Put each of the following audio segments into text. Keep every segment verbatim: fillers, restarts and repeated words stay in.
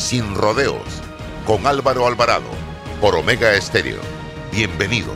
Sin Rodeos, con Álvaro Alvarado, por Omega Estéreo. Bienvenidos.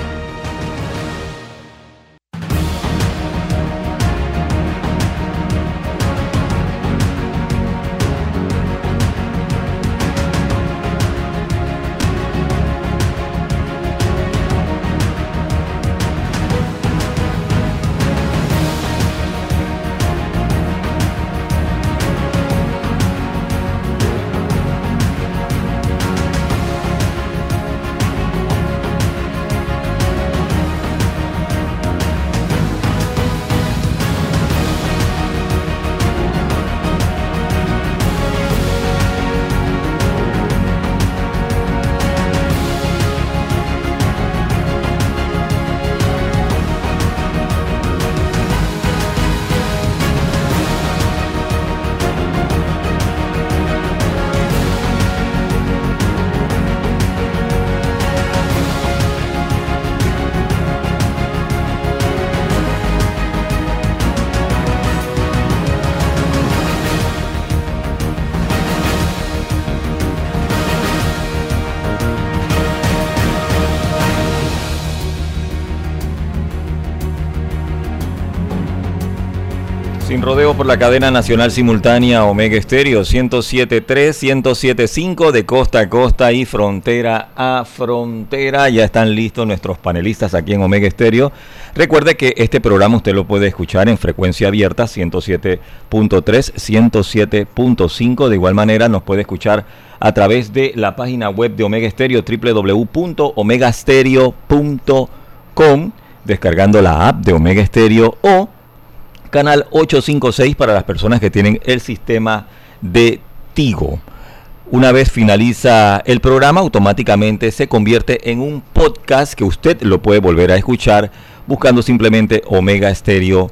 Sin Rodeo por la cadena nacional simultánea Omega Estéreo ciento siete punto tres, ciento siete punto cinco de costa a costa y frontera a frontera. Ya están listos nuestros panelistas aquí en Omega Estéreo. Recuerde que este programa usted lo puede escuchar en frecuencia abierta ciento siete punto tres, ciento siete punto cinco. De igual manera nos puede escuchar a través de la página web de Omega Estéreo, doble u doble u doble u punto omega stereo punto com, descargando la app de Omega Estéreo o canal ochocientos cincuenta y seis para las personas que tienen el sistema de Tigo. Una vez finaliza el programa, automáticamente se convierte en un podcast que usted lo puede volver a escuchar buscando simplemente Omega Estéreo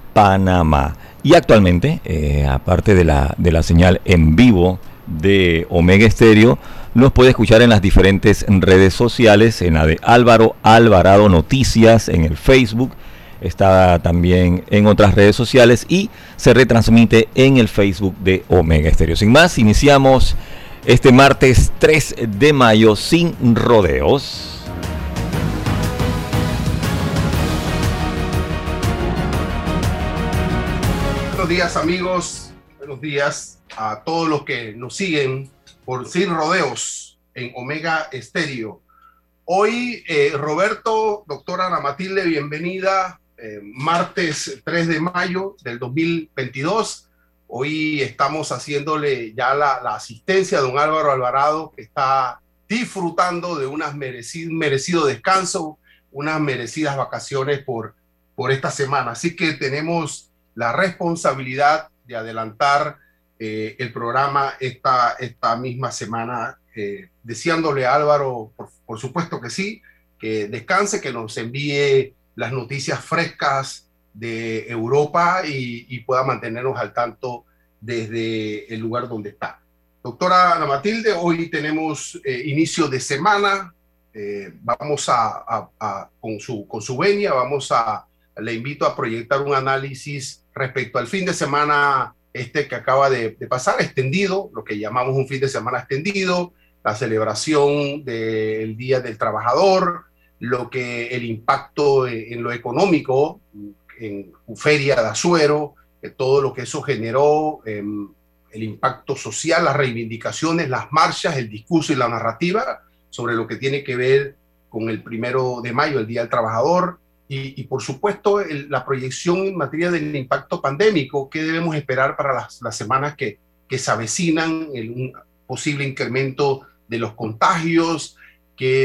Panamá. Y actualmente, eh, aparte de la, de la señal en vivo de Omega Estéreo, nos puede escuchar en las diferentes redes sociales, en la de Álvaro Alvarado Noticias, en el Facebook. Está también en otras redes sociales y se retransmite en el Facebook de Omega Estéreo. Sin más, iniciamos este martes tres de mayo sin rodeos. Buenos días, amigos. Buenos días a todos los que nos siguen por Sin Rodeos en Omega Estéreo. Hoy, eh, Roberto, doctora Ana Matilde, bienvenida. Eh, martes tres de mayo del dos mil veintidós. Hoy estamos haciéndole ya la, la asistencia a don Álvaro Alvarado, que está disfrutando de un merecido, merecido descanso, unas merecidas vacaciones por, por esta semana. Así que tenemos la responsabilidad de adelantar eh, el programa esta, esta misma semana, eh, deseándole a Álvaro, por, por supuesto que sí, que descanse, que nos envíe las noticias frescas de Europa y, y pueda mantenernos al tanto desde el lugar donde está. Doctora Ana Matilde, hoy tenemos eh, inicio de semana, eh, vamos a, a, a con, su, con su venia, vamos a, le invito a proyectar un análisis respecto al fin de semana este que acaba de, de pasar, extendido, lo que llamamos un fin de semana extendido, la celebración del Día del Trabajador, lo que el impacto en lo económico, en Feria de Azuero, todo lo que eso generó, eh, el impacto social, las reivindicaciones, las marchas, el discurso y la narrativa sobre lo que tiene que ver con el primero de mayo, el Día del Trabajador, y, y por supuesto el, la proyección en materia del impacto pandémico, que debemos esperar para las, las semanas que, que se avecinan, el, un posible incremento de los contagios, que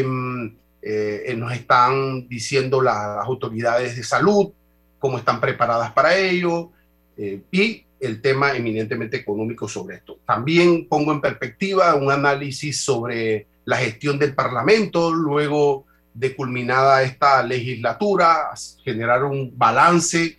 Eh, nos están diciendo las autoridades de salud, cómo están preparadas para ello, eh, y el tema eminentemente económico sobre esto. También pongo en perspectiva un análisis sobre la gestión del Parlamento, luego de culminada esta legislatura, generar un balance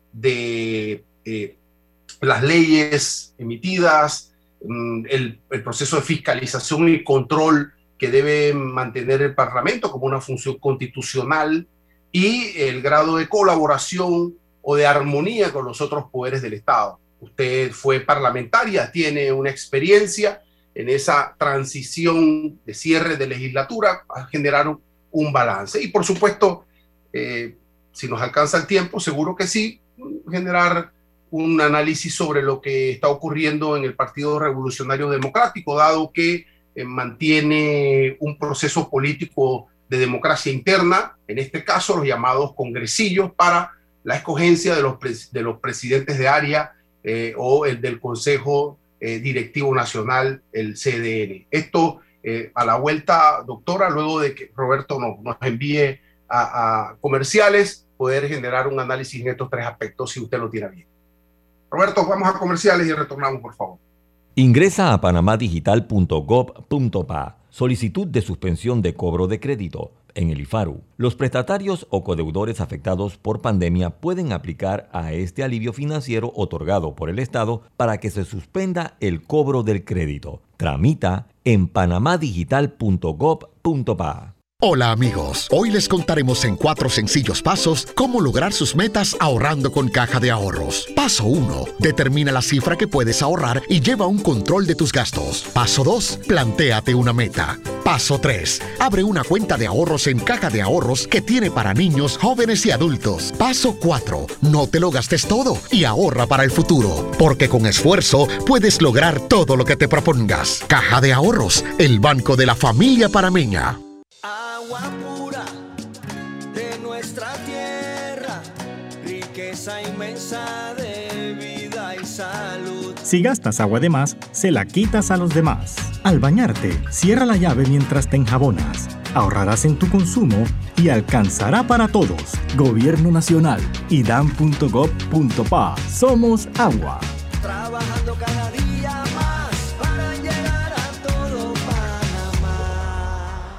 de eh, las leyes emitidas, el, el proceso de fiscalización y control que debe mantener el Parlamento como una función constitucional y el grado de colaboración o de armonía con los otros poderes del Estado. Usted fue parlamentaria, tiene una experiencia en esa transición de cierre de legislatura a generar un, un balance. Y por supuesto, eh, si nos alcanza el tiempo, seguro que sí, generar un análisis sobre lo que está ocurriendo en el Partido Revolucionario Democrático, dado que eh, mantiene un proceso político de democracia interna, en este caso los llamados congresillos para la escogencia de los, pres de los presidentes de área eh, o el del Consejo eh, Directivo Nacional, el C D N. Esto eh, a la vuelta, doctora, luego de que Roberto nos, nos envíe a, a comerciales, poder generar un análisis en estos tres aspectos si usted lo tiene bien. Roberto, vamos a comerciales y retornamos, por favor. Ingresa a panamá digital punto gov punto pa. Solicitud de suspensión de cobro de crédito. En el IFARU, los prestatarios o codeudores afectados por pandemia pueden aplicar a este alivio financiero otorgado por el Estado para que se suspenda el cobro del crédito. Tramita en panamá digital punto gov punto pa. Hola amigos, hoy les contaremos en cuatro sencillos pasos cómo lograr sus metas ahorrando con Caja de Ahorros. Paso uno. Determina la cifra que puedes ahorrar y lleva un control de tus gastos. Paso dos. Plantéate una meta. Paso tres. Abre una cuenta de ahorros en Caja de Ahorros que tiene para niños, jóvenes y adultos. Paso cuatro. No te lo gastes todo y ahorra para el futuro, porque con esfuerzo puedes lograr todo lo que te propongas. Caja de Ahorros, el banco de la familia panameña. Agua pura de nuestra tierra, riqueza inmensa de vida y salud. Si gastas agua de más, se la quitas a los demás. Al bañarte, cierra la llave mientras te enjabonas. Ahorrarás en tu consumo y alcanzará para todos. Gobierno Nacional y dan punto gov punto pa. Somos agua. Trabajando cada día más para llegar a todo Panamá.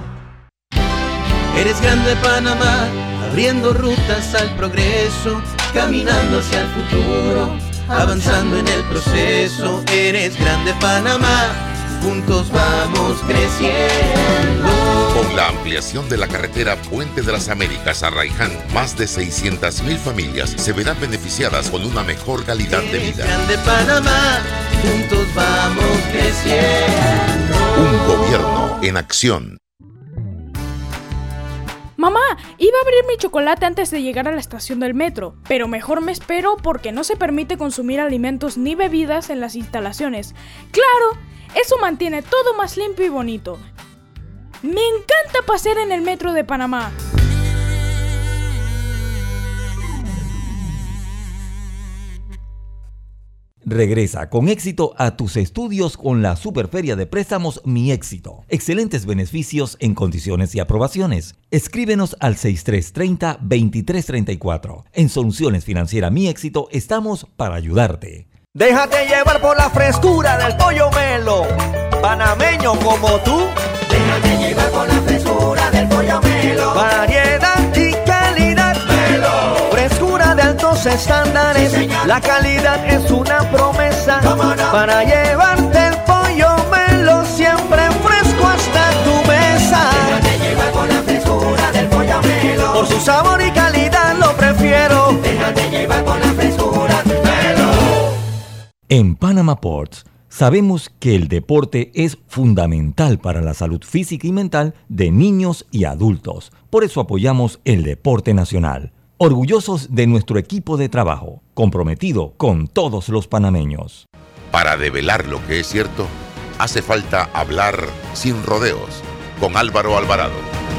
Eres grande Panamá, abriendo rutas al progreso, caminando hacia el futuro, avanzando en el proceso. Eres grande Panamá, juntos vamos creciendo. Con la ampliación de la carretera Puente de las Américas a Raiján, más de seiscientas mil familias se verán beneficiadas con una mejor calidad de Eres vida. grande Panamá, juntos vamos creciendo. Un gobierno en acción. Mamá, iba a abrir mi chocolate antes de llegar a la estación del metro, pero mejor me espero porque no se permite consumir alimentos ni bebidas en las instalaciones. ¡Claro! Eso mantiene todo más limpio y bonito. Me encanta pasear en el metro de Panamá. Regresa con éxito a tus estudios con la Superferia de Préstamos Mi Éxito. Excelentes beneficios en condiciones y aprobaciones. Escríbenos al seis tres tres cero, dos tres tres cuatro. En Soluciones Financieras Mi Éxito estamos para ayudarte. Déjate llevar por la frescura del pollo Melo, panameño como tú. Déjate llevar por la frescura del pollo Melo. Variedad y calidad. Melo. Frescura de altos estándares. Sí, la calidad es una promesa. No? Para llevarte el pollo Melo siempre fresco hasta tu mesa. Déjate llevar por la frescura del pollo Melo. Por su sabor y calidad lo prefiero. Déjate llevar por la frescura del Melo. En Panama Ports sabemos que el deporte es fundamental para la salud física y mental de niños y adultos. Por eso apoyamos el deporte nacional. Orgullosos de nuestro equipo de trabajo, comprometido con todos los panameños. Para develar lo que es cierto, hace falta hablar sin rodeos con Álvaro Alvarado.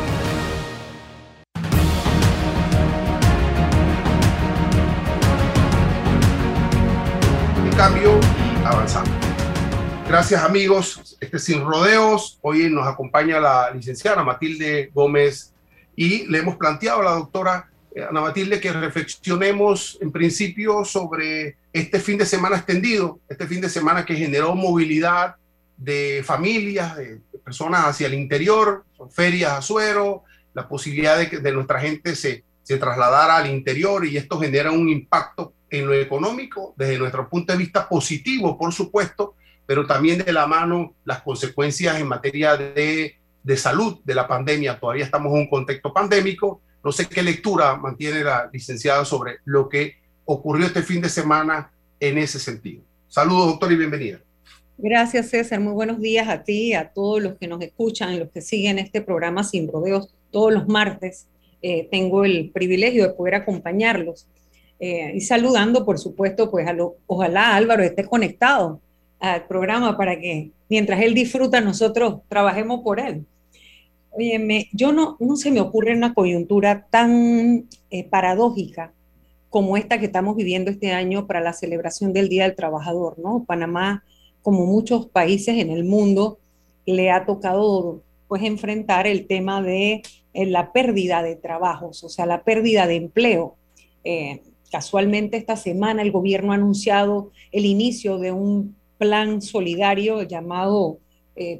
Un cambio y avanzamos. Gracias amigos, este Sin Rodeos, hoy nos acompaña la licenciada Matilde Gómez y le hemos planteado a la doctora Ana Matilde que reflexionemos en principio sobre este fin de semana extendido, este fin de semana que generó movilidad de familias, de personas hacia el interior, son ferias a suero, la posibilidad de que de nuestra gente se, se trasladara al interior y esto genera un impacto en lo económico desde nuestro punto de vista positivo, por supuesto, pero también de la mano las consecuencias en materia de, de salud de la pandemia. Todavía estamos en un contexto pandémico. No sé qué lectura mantiene la licenciada sobre lo que ocurrió este fin de semana en ese sentido. Saludos, doctor, y bienvenida. Gracias, César. Muy buenos días a ti, a todos los que nos escuchan, los que siguen este programa Sin Rodeos todos los martes. Eh, tengo el privilegio de poder acompañarlos. Eh, y saludando, por supuesto, pues a lo, ojalá Álvaro esté conectado al programa para que mientras él disfruta, nosotros trabajemos por él. Oye, me, yo no, no se me ocurre una coyuntura tan eh, paradójica como esta que estamos viviendo este año para la celebración del Día del Trabajador, ¿no? Panamá, como muchos países en el mundo, le ha tocado pues enfrentar el tema de eh, la pérdida de trabajos, o sea, la pérdida de empleo. Eh, casualmente esta semana el gobierno ha anunciado el inicio de un plan solidario llamado eh,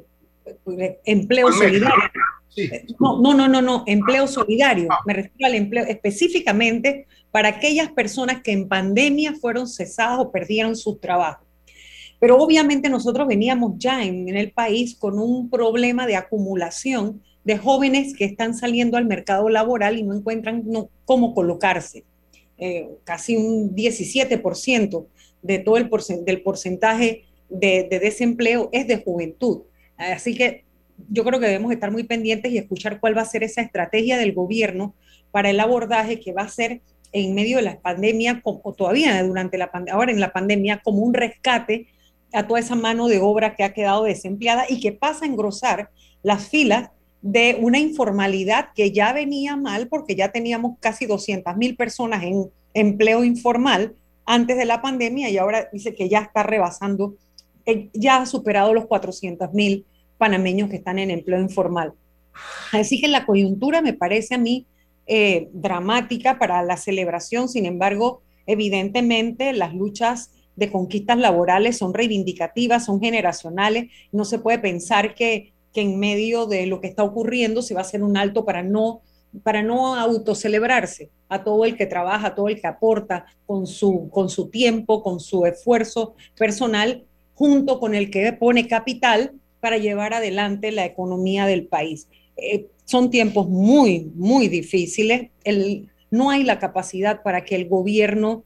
empleo solidario. Sí. No, no, no, no, no, empleo solidario. Me refiero al empleo específicamente para aquellas personas que en pandemia fueron cesadas o perdieron sus trabajos. Pero obviamente nosotros veníamos ya en, en el país con un problema de acumulación de jóvenes que están saliendo al mercado laboral y no encuentran no, cómo colocarse. Eh, casi un diecisiete por ciento de todo el porcent del porcentaje de, de desempleo es de juventud. Así que yo creo que debemos estar muy pendientes y escuchar cuál va a ser esa estrategia del gobierno para el abordaje que va a ser en medio de la pandemia, o todavía durante la pandemia, ahora en la pandemia, como un rescate a toda esa mano de obra que ha quedado desempleada y que pasa a engrosar las filas de una informalidad que ya venía mal porque ya teníamos casi doscientas mil personas en empleo informal antes de la pandemia y ahora dice que ya está rebasando, ya ha superado los cuatrocientos mil panameños que están en empleo informal. Así que la coyuntura me parece a mí eh, dramática para la celebración. Sin embargo, evidentemente las luchas de conquistas laborales son reivindicativas, son generacionales. No se puede pensar que, que en medio de lo que está ocurriendo se va a hacer un alto para no, para no autocelebrarse a todo el que trabaja, a todo el que aporta con su, con su tiempo, con su esfuerzo personal, junto con el que pone capital para llevar adelante la economía del país. Eh, son tiempos muy, muy difíciles. El, no hay la capacidad para que el gobierno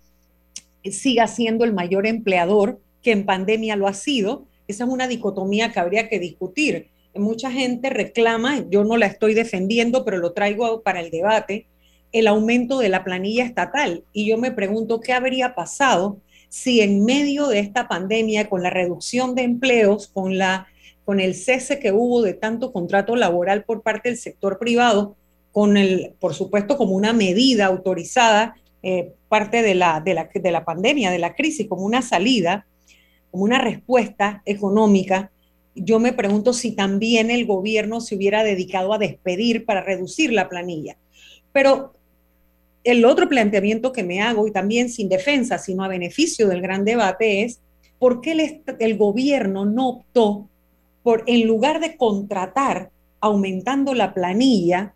siga siendo el mayor empleador, que en pandemia lo ha sido. Esa es una dicotomía que habría que discutir. Mucha gente reclama, yo no la estoy defendiendo, pero lo traigo para el debate, el aumento de la planilla estatal. Y yo me pregunto qué habría pasado si en medio de esta pandemia, con la reducción de empleos, con la con el cese que hubo de tanto contrato laboral por parte del sector privado, con el, por supuesto, como una medida autorizada, eh, parte de la, de, la, de la pandemia, de la crisis, como una salida, como una respuesta económica. Yo me pregunto si también el gobierno se hubiera dedicado a despedir para reducir la planilla. Pero el otro planteamiento que me hago, y también sin defensa, sino a beneficio del gran debate, es ¿por qué el, el gobierno no optó por, en lugar de contratar aumentando la planilla,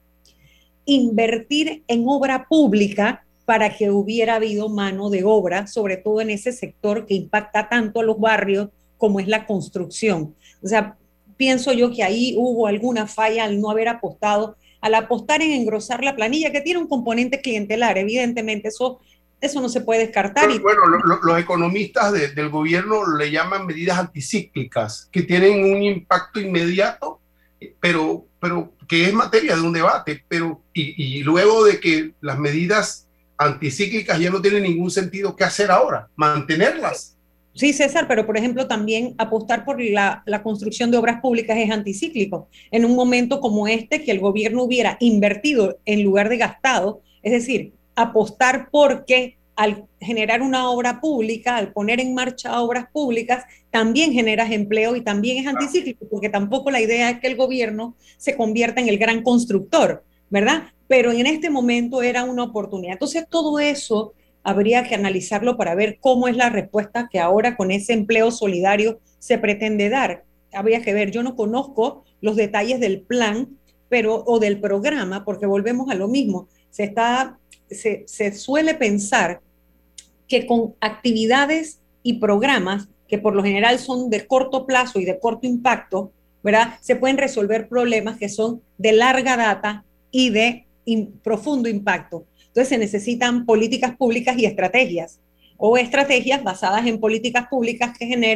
invertir en obra pública para que hubiera habido mano de obra, sobre todo en ese sector que impacta tanto a los barrios como es la construcción? O sea, pienso yo que ahí hubo alguna falla al no haber apostado, al apostar en engrosar la planilla, que tiene un componente clientelar, evidentemente, eso, eso no se puede descartar. Bueno, bueno lo, lo, los economistas de, del gobierno le llaman medidas anticíclicas, que tienen un impacto inmediato, pero, pero que es materia de un debate, pero y, y luego de que las medidas anticíclicas ya no tienen ningún sentido, ¿qué hacer ahora? Mantenerlas. Sí, César, pero por ejemplo también apostar por la, la construcción de obras públicas es anticíclico. En un momento como este, que el gobierno hubiera invertido en lugar de gastado, es decir, apostar porque al generar una obra pública, al poner en marcha obras públicas, también generas empleo y también es anticíclico, porque tampoco la idea es que el gobierno se convierta en el gran constructor, ¿verdad? Pero en este momento era una oportunidad. Entonces todo eso habría que analizarlo para ver cómo es la respuesta que ahora con ese empleo solidario se pretende dar. Habría que ver, yo no conozco los detalles del plan pero, o del programa, porque volvemos a lo mismo. Se, está, se, se suele pensar que con actividades y programas que por lo general son de corto plazo y de corto impacto, ¿verdad?, se pueden resolver problemas que son de larga data y de in, profundo impacto. Entonces se necesitan políticas públicas y estrategias, o estrategias basadas en políticas públicas que generen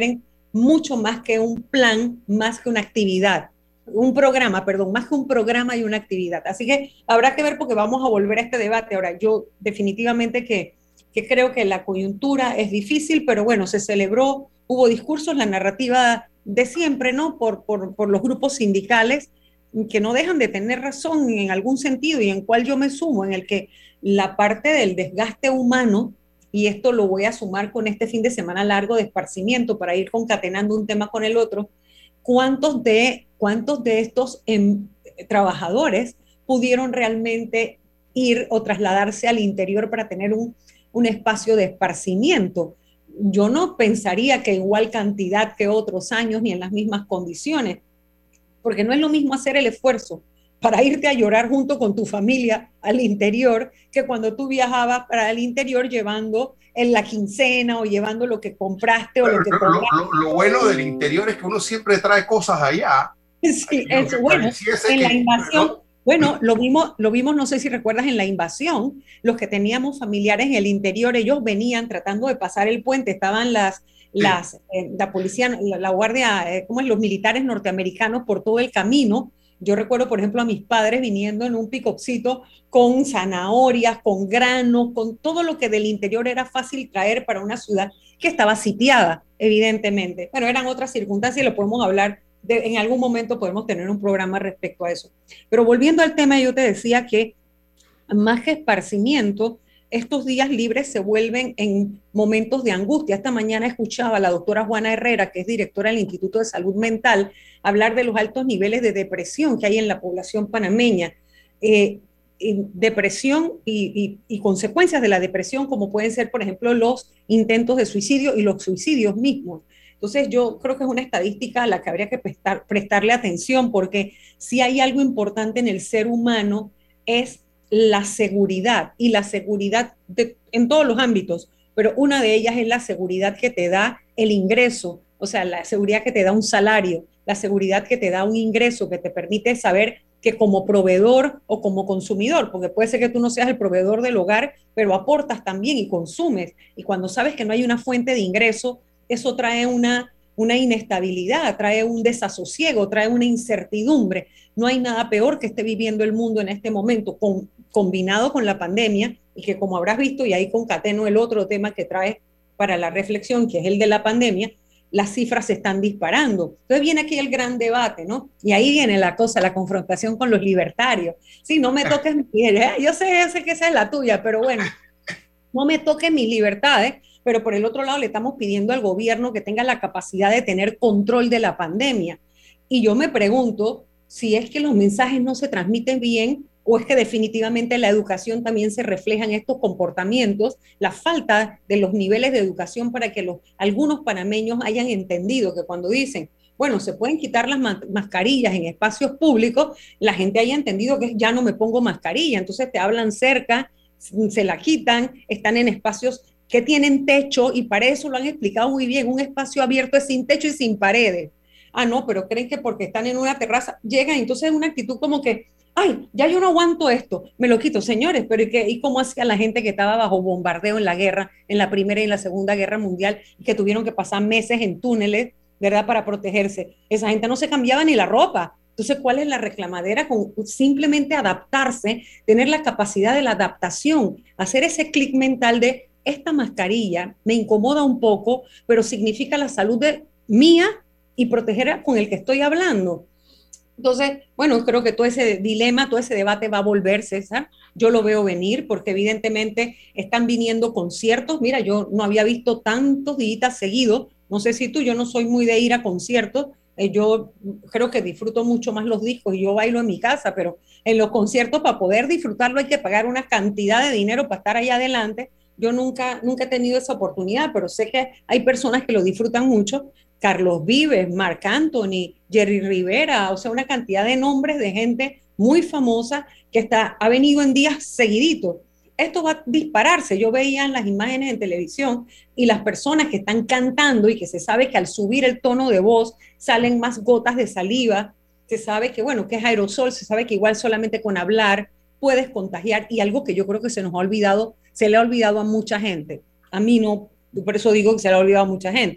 mucho más que un plan, más que una actividad, un programa, perdón, más que un programa y una actividad. Así que habrá que ver porque vamos a volver a este debate. Ahora, yo definitivamente que, que creo que la coyuntura es difícil, pero bueno, se celebró, hubo discursos, la narrativa de siempre, ¿no? Por, por, por los grupos sindicales que no dejan de tener razón en algún sentido y en cual yo me sumo, en el que la parte del desgaste humano, y esto lo voy a sumar con este fin de semana largo de esparcimiento para ir concatenando un tema con el otro, ¿cuántos de, cuántos de estos em, trabajadores pudieron realmente ir o trasladarse al interior para tener un, un espacio de esparcimiento? Yo no pensaría que igual cantidad que otros años ni en las mismas condiciones, porque no es lo mismo hacer el esfuerzo para irte a llorar junto con tu familia al interior que cuando tú viajabas para el interior llevando en la quincena o llevando lo que compraste o Pero lo que lo, compraste. Lo, lo bueno del interior es que uno siempre trae cosas allá. Sí, es bueno. En la invasión, no, bueno, lo vimos, lo vimos, no sé si recuerdas, en la invasión, los que teníamos familiares en el interior, ellos venían tratando de pasar el puente, estaban las las, eh, la policía, la, la guardia, eh, ¿cómo es? Los militares norteamericanos por todo el camino. Yo recuerdo, por ejemplo, a mis padres viniendo en un pick-upcito con zanahorias, con granos, con todo lo que del interior era fácil traer para una ciudad que estaba sitiada, evidentemente. Bueno, eran otras circunstancias y lo podemos hablar, de, en algún momento podemos tener un programa respecto a eso. Pero volviendo al tema, yo te decía que más que esparcimiento, estos días libres se vuelven en momentos de angustia. Esta mañana escuchaba a la doctora Juana Herrera, que es directora del Instituto de Salud Mental, hablar de los altos niveles de depresión que hay en la población panameña. Eh, depresión y, y, y consecuencias de la depresión, como pueden ser, por ejemplo, los intentos de suicidio y los suicidios mismos. Entonces, yo creo que es una estadística a la que habría que prestar, prestarle atención, porque si hay algo importante en el ser humano es la seguridad, y la seguridad de, en todos los ámbitos, pero una de ellas es la seguridad que te da el ingreso, o sea, la seguridad que te da un salario, la seguridad que te da un ingreso, que te permite saber que como proveedor o como consumidor, porque puede ser que tú no seas el proveedor del hogar, pero aportas también y consumes, y cuando sabes que no hay una fuente de ingreso, eso trae una, una inestabilidad, trae un desasosiego, trae una incertidumbre. No hay nada peor que esté viviendo el mundo en este momento, con, combinado con la pandemia, y que como habrás visto, y ahí concateno el otro tema que trae para la reflexión, que es el de la pandemia, las cifras se están disparando. Entonces viene aquí el gran debate, ¿no? Y ahí viene la cosa, la confrontación con los libertarios. Sí, no me toques mi ¿eh? yo sé, yo sé que esa es la tuya, pero bueno, no me toques mis libertades, pero por el otro lado le estamos pidiendo al gobierno que tenga la capacidad de tener control de la pandemia. Y yo me pregunto si es que los mensajes no se transmiten bien, o es que definitivamente la educación también se refleja en estos comportamientos, la falta de los niveles de educación para que los, algunos panameños hayan entendido que cuando dicen, bueno, se pueden quitar las ma- mascarillas en espacios públicos, la gente haya entendido que ya no me pongo mascarilla, entonces te hablan cerca, se la quitan, están en espacios que tienen techo, y para eso lo han explicado muy bien, un espacio abierto es sin techo y sin paredes. Ah, no, pero creen que porque están en una terraza, llegan, entonces es una actitud como que, ay, ya yo no aguanto esto, me lo quito. Señores, pero ¿y, qué, y cómo hacía la gente que estaba bajo bombardeo en la guerra, en la Primera y en la Segunda Guerra Mundial, y que tuvieron que pasar meses en túneles, ¿verdad?, para protegerse? Esa gente no se cambiaba ni la ropa. Entonces, ¿cuál es la reclamadera? Con simplemente adaptarse, tener la capacidad de la adaptación, hacer ese clic mental de esta mascarilla me incomoda un poco, pero significa la salud de, mía y proteger con el que estoy hablando. Entonces, bueno, creo que todo ese dilema, todo ese debate va a volver, César. Yo lo veo venir porque evidentemente están viniendo conciertos. Mira, yo no había visto tantos días seguidos. No sé si tú, yo no soy muy de ir a conciertos. Eh, yo creo que disfruto mucho más los discos y yo bailo en mi casa, pero en los conciertos para poder disfrutarlo hay que pagar una cantidad de dinero para estar allá adelante. Yo nunca, nunca he tenido esa oportunidad, pero sé que hay personas que lo disfrutan mucho. Carlos Vives, Marc Anthony, Jerry Rivera, o sea, una cantidad de nombres de gente muy famosa que está, ha venido en días seguiditos. Esto va a dispararse. Yo veía en las imágenes en televisión y las personas que están cantando y que se sabe que al subir el tono de voz salen más gotas de saliva, se sabe que, bueno, que es aerosol, se sabe que igual solamente con hablar puedes contagiar, y algo que yo creo que se nos ha olvidado, se le ha olvidado a mucha gente. A mí no, por eso digo que se le ha olvidado a mucha gente.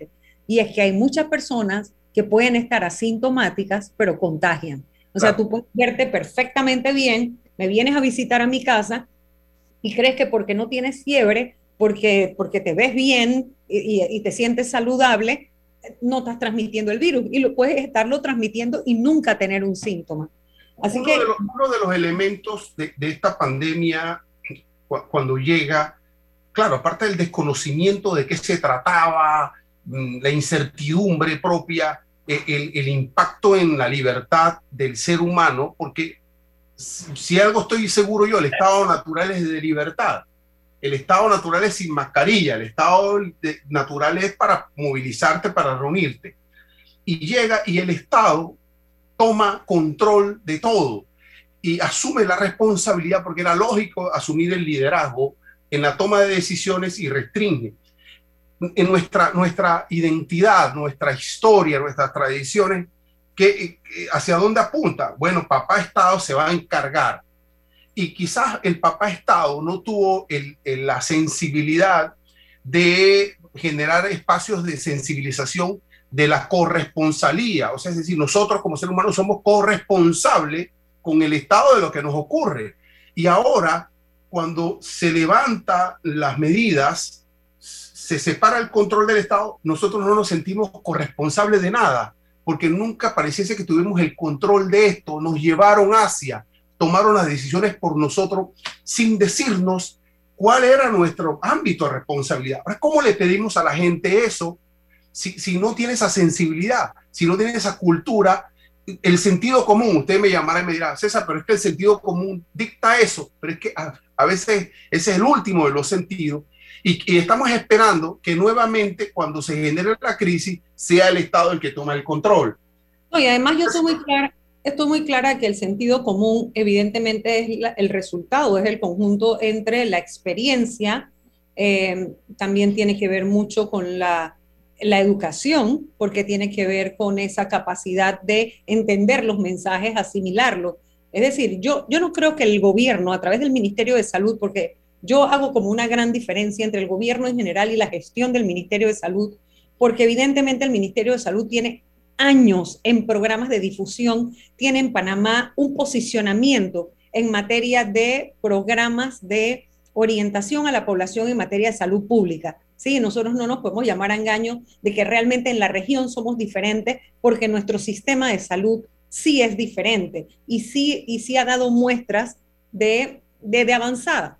y es que hay muchas personas que pueden estar asintomáticas, pero contagian. O sea, tú puedes verte perfectamente bien, me vienes a visitar a mi casa y crees que porque no tienes fiebre, porque, porque te ves bien y, y, y te sientes saludable, no estás transmitiendo el virus y lo puedes estarlo transmitiendo y nunca tener un síntoma. Así uno que de los, uno de los elementos de, de esta pandemia cu cuando llega, claro, aparte del desconocimiento de qué se trataba, la incertidumbre propia, el, el impacto en la libertad del ser humano, porque si, si algo estoy seguro yo, el estado natural es de libertad. El estado natural es sin mascarilla, el estado de, natural es para movilizarte, para reunirte. Y llega y el Estado toma control de todo y asume la responsabilidad, porque era lógico asumir el liderazgo en la toma de decisiones y restringe. En nuestra, nuestra identidad, nuestra historia, nuestras tradiciones, ¿qué, ¿hacia dónde apunta? Bueno, papá Estado se va a encargar. Y quizás el papá Estado no tuvo el, el, la sensibilidad de generar espacios de sensibilización de la corresponsalía. O sea, es decir, nosotros como seres humanos somos corresponsables con el estado de lo que nos ocurre. Y ahora, cuando se levantan las medidas, se separa el control del Estado, nosotros no nos sentimos corresponsables de nada, porque nunca pareciese que tuvimos el control de esto. Nos llevaron hacia... tomaron las decisiones por nosotros sin decirnos cuál era nuestro ámbito de responsabilidad. Ahora, ¿cómo le pedimos a la gente eso si, si no tiene esa sensibilidad, si no tiene esa cultura? El sentido común, usted me llamará y me dirá, César, pero es que el sentido común dicta eso, pero es que a, a veces ese es el último de los sentidos y, y estamos esperando que nuevamente cuando se genere la crisis sea el Estado el que toma el control. No, y además yo soy muy clara. Estoy muy clara que el sentido común evidentemente es la, el resultado, es el conjunto entre la experiencia, eh, también tiene que ver mucho con la, la educación, porque tiene que ver con esa capacidad de entender los mensajes, asimilarlos. Es decir, yo, yo no creo que el gobierno, a través del Ministerio de Salud, porque yo hago como una gran diferencia entre el gobierno en general y la gestión del Ministerio de Salud, porque evidentemente el Ministerio de Salud tiene años en programas de difusión, tiene en Panamá un posicionamiento en materia de programas de orientación a la población en materia de salud pública. Sí, nosotros no nos podemos llamar a engaño de que realmente en la región somos diferentes, porque nuestro sistema de salud sí es diferente y sí, y sí ha dado muestras de, de, de avanzada.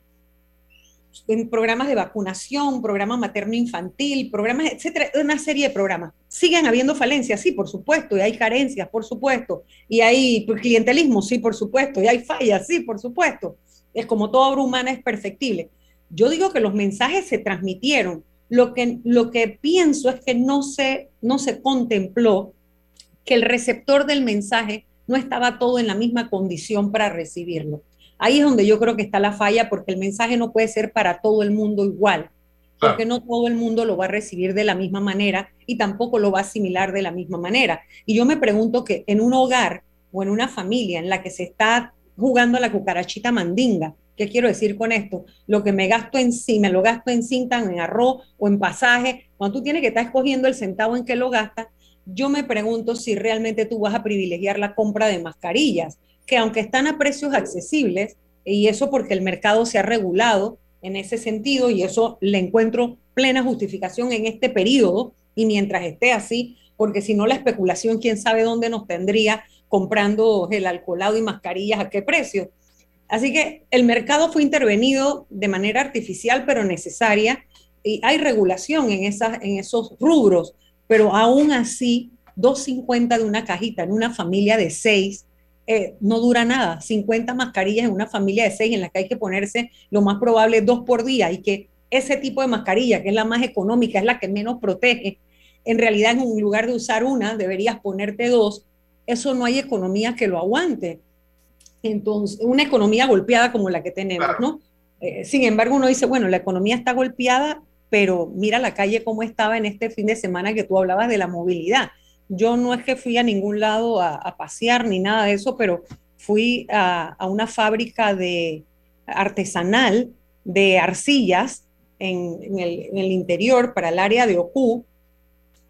En programas de vacunación, programa materno-infantil, programas, etcétera, una serie de programas. ¿Siguen habiendo falencias? Sí, por supuesto, y hay carencias, por supuesto, y hay clientelismo, sí, por supuesto, y hay fallas, sí, por supuesto. Es como toda obra humana, es perfectible. Yo digo que los mensajes se transmitieron. Lo que, lo que pienso es que no se, no se contempló que el receptor del mensaje no estaba todo en la misma condición para recibirlo. Ahí es donde yo creo que está la falla, porque el mensaje no puede ser para todo el mundo igual, porque no todo el mundo lo va a recibir de la misma manera y tampoco lo va a asimilar de la misma manera. Y yo me pregunto que en un hogar o en una familia en la que se está jugando a la cucarachita mandinga, ¿qué quiero decir con esto? Lo que me gasto en sí, me lo gasto en cinta, en arroz o en pasaje, cuando tú tienes que estar escogiendo el centavo en que lo gastas, yo me pregunto si realmente tú vas a privilegiar la compra de mascarillas, que aunque están a precios accesibles, y eso porque el mercado se ha regulado en ese sentido, y eso le encuentro plena justificación en este periodo, y mientras esté así, porque si no la especulación, quién sabe dónde nos tendría comprando el alcoholado y mascarillas, a qué precio. Así que el mercado fue intervenido de manera artificial, pero necesaria, y hay regulación en, esas, en esos rubros, pero aún así, dos cincuenta de una cajita en una familia de seis, Eh, no dura nada. cincuenta mascarillas en una familia de seis en las que hay que ponerse lo más probable dos por día, y que ese tipo de mascarilla, que es la más económica, es la que menos protege, en realidad en lugar de usar una, deberías ponerte dos. Eso no hay economía que lo aguante. Entonces, una economía golpeada como la que tenemos, ¿no? Eh, sin embargo, uno dice, bueno, la economía está golpeada, pero mira la calle cómo estaba en este fin de semana que tú hablabas de la movilidad. Yo no es que fui a ningún lado a, a pasear ni nada de eso, pero fui a, a una fábrica de artesanal de arcillas en, en, el, en el interior para el área de Ocu,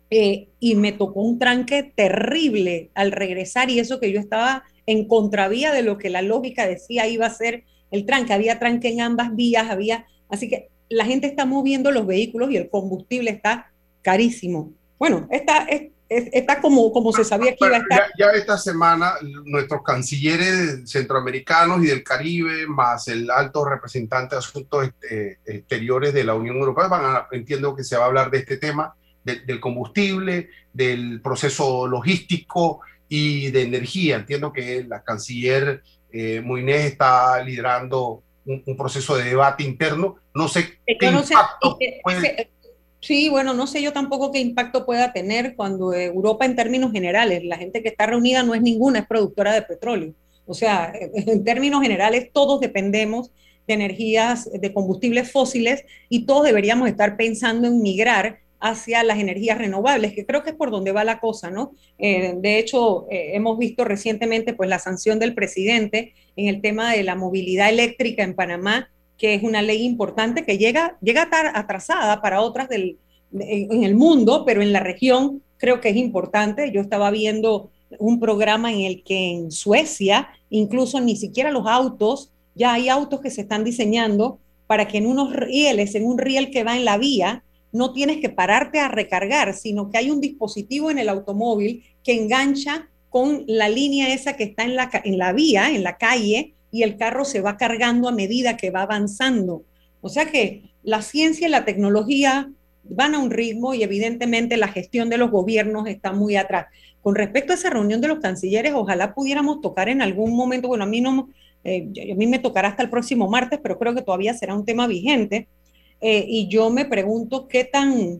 eh, y me tocó un tranque terrible al regresar, y eso que yo estaba en contravía de lo que la lógica decía iba a ser el tranque. Había tranque en ambas vías, había, así que la gente está moviendo los vehículos y el combustible está carísimo. Bueno, está, es, es, está como, como se sabía que iba a estar. Ya, ya esta semana nuestros cancilleres centroamericanos y del Caribe, más el alto representante de asuntos eh, exteriores de la Unión Europea, van a, entiendo que se va a hablar de este tema, de, del combustible, del proceso logístico y de energía. Entiendo que la canciller eh, Moines está liderando un, un proceso de debate interno. No sé qué no sé, impacto ese, puede... Sí, bueno, no sé yo tampoco qué impacto pueda tener cuando Europa, en términos generales, la gente que está reunida no es ninguna, es productora de petróleo. O sea, en términos generales todos dependemos de energías, de combustibles fósiles, y todos deberíamos estar pensando en migrar hacia las energías renovables, que creo que es por donde va la cosa, ¿no? Eh, de hecho, eh, hemos visto recientemente pues la sanción del presidente en el tema de la movilidad eléctrica en Panamá, que es una ley importante que llega, llega a estar atrasada para otras del, en el mundo, pero en la región creo que es importante. Yo estaba viendo un programa en el que en Suecia, incluso ni siquiera los autos, ya hay autos que se están diseñando para que en unos rieles, en un riel que va en la vía, no tienes que pararte a recargar, sino que hay un dispositivo en el automóvil que engancha con la línea esa que está en la, en la vía, en la calle, y el carro se va cargando a medida que va avanzando. O sea que la ciencia y la tecnología van a un ritmo, y evidentemente la gestión de los gobiernos está muy atrás. Con respecto a esa reunión de los cancilleres, ojalá pudiéramos tocar en algún momento, bueno, a mí, no, eh, a mí me tocará hasta el próximo martes, pero creo que todavía será un tema vigente, eh, y yo me pregunto qué tan,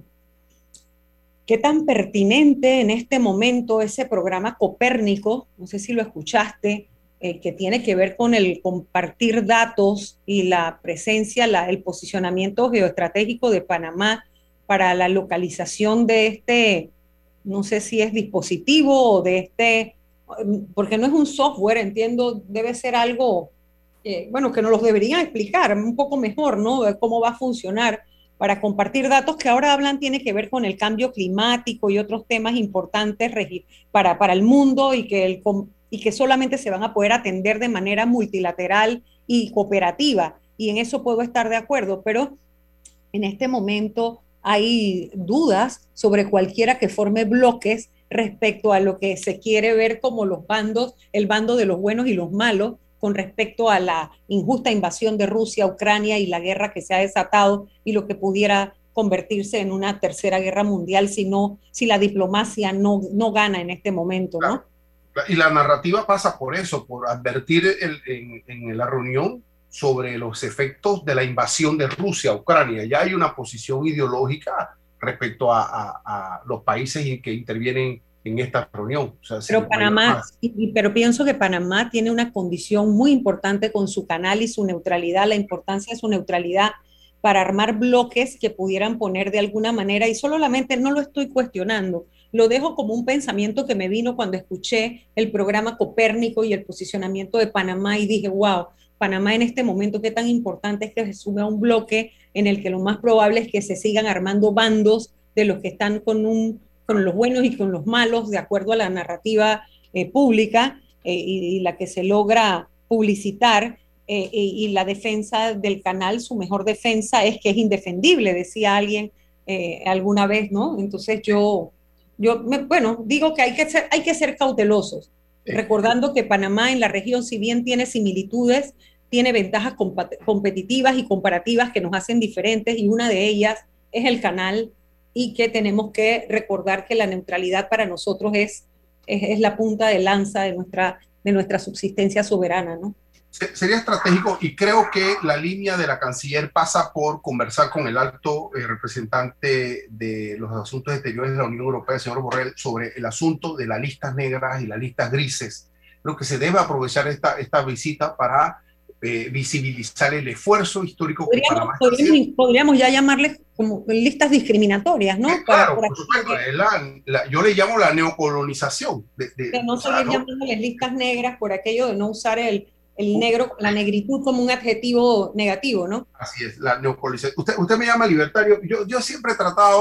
qué tan pertinente en este momento ese programa Copérnico, no sé si lo escuchaste, Eh, que tiene que ver con el compartir datos y la presencia, la, el posicionamiento geoestratégico de Panamá para la localización de este, no sé si es dispositivo o de este, porque no es un software, entiendo, debe ser algo, eh, bueno, que nos lo deberían explicar un poco mejor, ¿no? De cómo va a funcionar para compartir datos que ahora hablan tiene que ver con el cambio climático y otros temas importantes para, para el mundo, y que el y que solamente se van a poder atender de manera multilateral y cooperativa, y en eso puedo estar de acuerdo, pero en este momento hay dudas sobre cualquiera que forme bloques respecto a lo que se quiere ver como los bandos, el bando de los buenos y los malos, con respecto a la injusta invasión de Rusia a Ucrania y la guerra que se ha desatado, y lo que pudiera convertirse en una tercera guerra mundial si, no, si la diplomacia no, no gana en este momento, ¿no? Y la narrativa pasa por eso, por advertir el, en, en la reunión sobre los efectos de la invasión de Rusia a Ucrania. Ya hay una posición ideológica respecto a, a, a los países que intervienen en esta reunión. O sea, pero Panamá, y, pero pienso que Panamá tiene una condición muy importante con su canal y su neutralidad, la importancia de su neutralidad para armar bloques que pudieran poner de alguna manera, y solamente no lo estoy cuestionando, lo dejo como un pensamiento que me vino cuando escuché el programa Copérnico y el posicionamiento de Panamá, y dije, wow, Panamá en este momento qué tan importante es que se sume a un bloque en el que lo más probable es que se sigan armando bandos de los que están con, un, con los buenos y con los malos, de acuerdo a la narrativa eh, pública eh, y, y la que se logra publicitar, eh, y, y la defensa del canal, su mejor defensa es que es indefendible, decía alguien eh, alguna vez, ¿no? Entonces yo... Yo, me, bueno, digo que hay que ser, hay que ser cautelosos, recordando que Panamá en la región, si bien tiene similitudes, tiene ventajas competitivas y comparativas que nos hacen diferentes, y una de ellas es el canal, y que tenemos que recordar que la neutralidad para nosotros es, es, es la punta de lanza de nuestra, de nuestra subsistencia soberana, ¿no? Sería estratégico, y creo que la línea de la canciller pasa por conversar con el alto eh, representante de los asuntos exteriores de la Unión Europea, el señor Borrell, sobre el asunto de las listas negras y las listas grises. Creo que se debe aprovechar esta, esta visita para eh, visibilizar el esfuerzo histórico que podríamos, Panamá podríamos, podríamos ya llamarles como listas discriminatorias, ¿no? Eh, para, claro, para por supuesto, que, la, la, yo le llamo la neocolonización. De, de, que no seguir llamándoles listas negras por aquello de no usar el el negro, la negritud como un adjetivo negativo, ¿no? Así es, la neocolonización. Usted, usted me llama libertario. Yo, yo siempre he tratado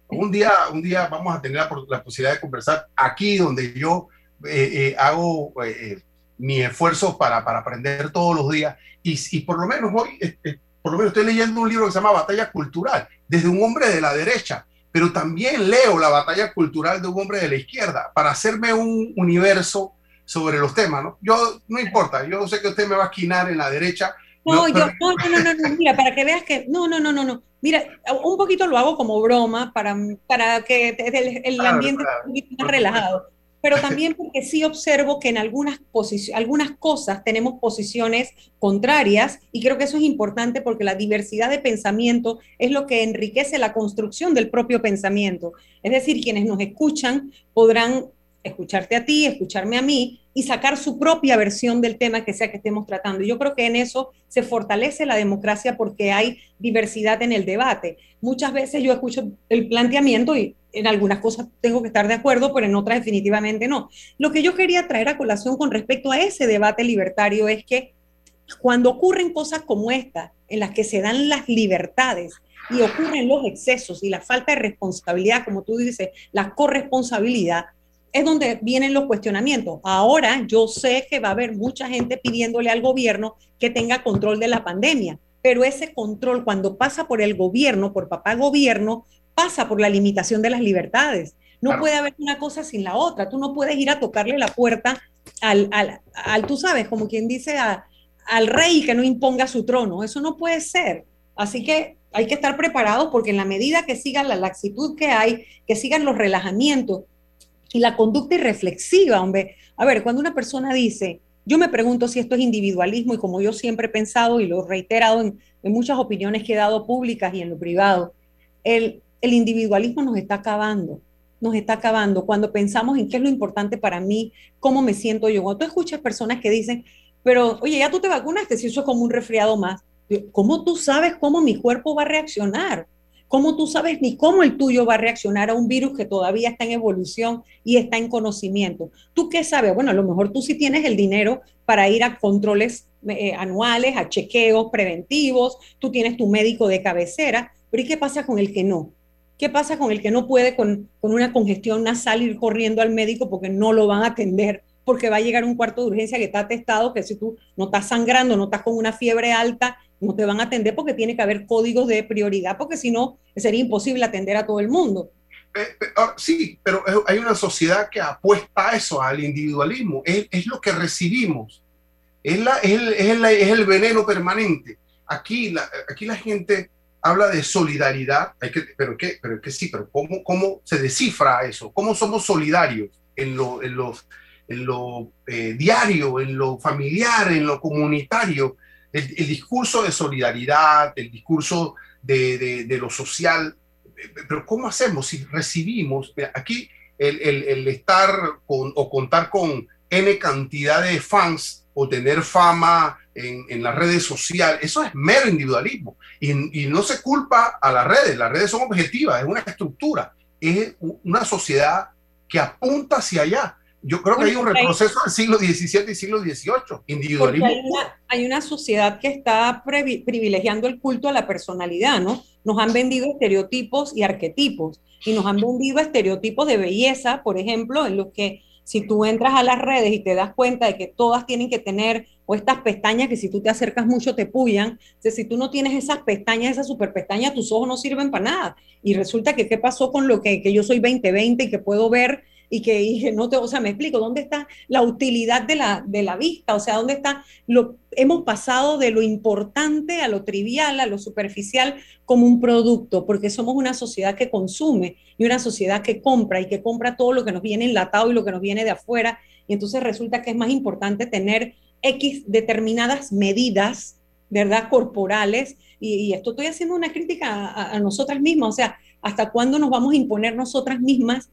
Un día, un día vamos a tener la, la posibilidad de conversar aquí donde yo eh, eh, hago eh, mi esfuerzo para, para aprender todos los días y, y por lo menos hoy, eh, por lo menos estoy leyendo un libro que se llama Batalla Cultural, desde un hombre de la derecha, pero también leo la batalla cultural de un hombre de la izquierda para hacerme un universo sobre los temas, ¿no? Yo, no importa, yo sé que usted me va a esquinar en la derecha. No, no, yo, pero... no, no, no, no, mira, para que veas que, no, no, no, no, no, mira, un poquito lo hago como broma para, para que el, el claro, ambiente claro, esté un poquito más relajado, pero también porque sí observo que en algunas, algunas cosas tenemos posiciones contrarias y creo que eso es importante porque la diversidad de pensamiento es lo que enriquece la construcción del propio pensamiento. Es decir, quienes nos escuchan podrán escucharte a ti, escucharme a mí y sacar su propia versión del tema que sea que estemos tratando. Y yo creo que en eso se fortalece la democracia porque hay diversidad en el debate. Muchas veces yo escucho el planteamiento y en algunas cosas tengo que estar de acuerdo, pero en otras definitivamente no. Lo que yo quería traer a colación con respecto a ese debate libertario es que cuando ocurren cosas como esta, en las que se dan las libertades y ocurren los excesos y la falta de responsabilidad, como tú dices, la corresponsabilidad, es donde vienen los cuestionamientos. Ahora yo sé que va a haber mucha gente pidiéndole al gobierno que tenga control de la pandemia, pero ese control cuando pasa por el gobierno, por papá gobierno, pasa por la limitación de las libertades. No claro. puede haber una cosa sin la otra. Tú no puedes ir a tocarle la puerta al, al, al tú sabes, como quien dice, a, al rey que no imponga su trono. Eso no puede ser. Así que hay que estar preparados porque en la medida que siga la laxitud que hay, que sigan los relajamientos, y la conducta irreflexiva, hombre. A ver, cuando una persona dice, yo me pregunto si esto es individualismo y como yo siempre he pensado y lo he reiterado en, en muchas opiniones que he dado públicas y en lo privado, el, el individualismo nos está acabando, nos está acabando cuando pensamos en qué es lo importante para mí, cómo me siento yo. Cuando tú escuchas personas que dicen, pero oye, ya tú te vacunaste, si eso es como un resfriado más. ¿Cómo tú sabes cómo mi cuerpo va a reaccionar? ¿Cómo tú sabes ni cómo el tuyo va a reaccionar a un virus que todavía está en evolución y está en conocimiento? ¿Tú qué sabes? Bueno, a lo mejor tú sí tienes el dinero para ir a controles eh, anuales, a chequeos preventivos, tú tienes tu médico de cabecera, pero ¿y qué pasa con el que no? ¿Qué pasa con el que no puede con, con una congestión nasal ir corriendo al médico porque no lo van a atender? Porque va a llegar un cuarto de urgencia que está atestado que si tú no estás sangrando, no estás con una fiebre alta, no te van a atender porque tiene que haber códigos de prioridad, porque si no, sería imposible atender a todo el mundo. Eh, eh, sí, pero hay una sociedad que apuesta a eso, al individualismo. Es, es lo que recibimos. Es, la, es, el, es, el, es el veneno permanente. Aquí la, aquí la gente habla de solidaridad, hay que, pero, ¿qué? pero que sí, pero ¿cómo, ¿cómo se descifra eso? ¿Cómo somos solidarios en lo, en los, en lo eh, diario, en lo familiar, en lo comunitario? El, el discurso de solidaridad, el discurso de, de, de lo social, pero ¿cómo hacemos si recibimos? Aquí el, el, el estar con, o contar con N cantidad de fans o tener fama en, en las redes sociales, eso es mero individualismo y, y no se culpa a las redes, las redes son objetivas, es una estructura, es una sociedad que apunta hacia allá. Yo creo que hay un retroceso del siglo diecisiete y siglo dieciocho, individualismo. Hay una, hay una sociedad que está privilegiando el culto a la personalidad, ¿no? Nos han vendido estereotipos y arquetipos, y nos han vendido estereotipos de belleza, por ejemplo, en los que si tú entras a las redes y te das cuenta de que todas tienen que tener, o estas pestañas que si tú te acercas mucho te pullan, o sea, si tú no tienes esas pestañas, esas super pestañas, tus ojos no sirven para nada. Y resulta que, ¿qué pasó con lo que, que yo soy veinte veinte y que puedo ver y que, y que no te, o sea, me explico, ¿dónde está la utilidad de la, de la vista? O sea, ¿dónde está lo, hemos pasado de lo importante a lo trivial, a lo superficial como un producto? Porque somos una sociedad que consume y una sociedad que compra y que compra todo lo que nos viene enlatado y lo que nos viene de afuera, y entonces resulta que es más importante tener X determinadas medidas, ¿verdad?, corporales, y, y esto estoy haciendo una crítica a, a nosotras mismas, o sea, ¿hasta cuándo nos vamos a imponer nosotras mismas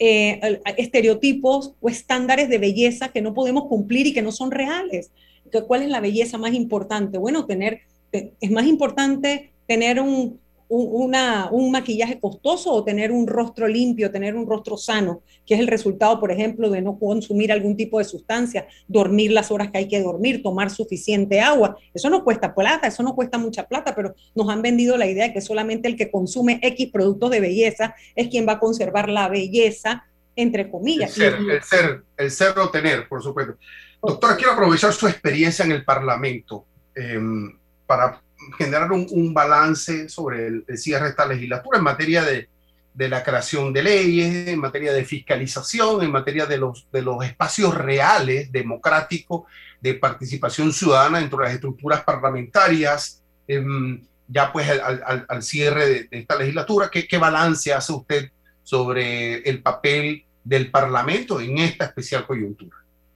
Eh, estereotipos o estándares de belleza que no podemos cumplir y que no son reales? ¿Cuál es la belleza más importante? Bueno, tener, es más importante tener un, un, una, un maquillaje costoso o tener un rostro limpio, tener un rostro sano, que es el resultado, por ejemplo, de no consumir algún tipo de sustancia, dormir las horas que hay que dormir, tomar suficiente agua. Eso no cuesta plata, eso no cuesta mucha plata, pero nos han vendido la idea de que solamente el que consume X productos de belleza es quien va a conservar la belleza, entre comillas. El ser, el ser, el ser o tener, por supuesto. Doctora, quiero aprovechar su experiencia en el Parlamento eh, para generar un, un balance sobre el, el cierre de esta legislatura en materia de, de la creación de leyes, en materia de fiscalización, en materia de los, de los espacios reales, democráticos, de participación ciudadana dentro de las estructuras parlamentarias, eh, ya pues al, al, al cierre de, de esta legislatura. ¿Qué, qué balance hace usted sobre el papel del Parlamento en esta especial coyuntura?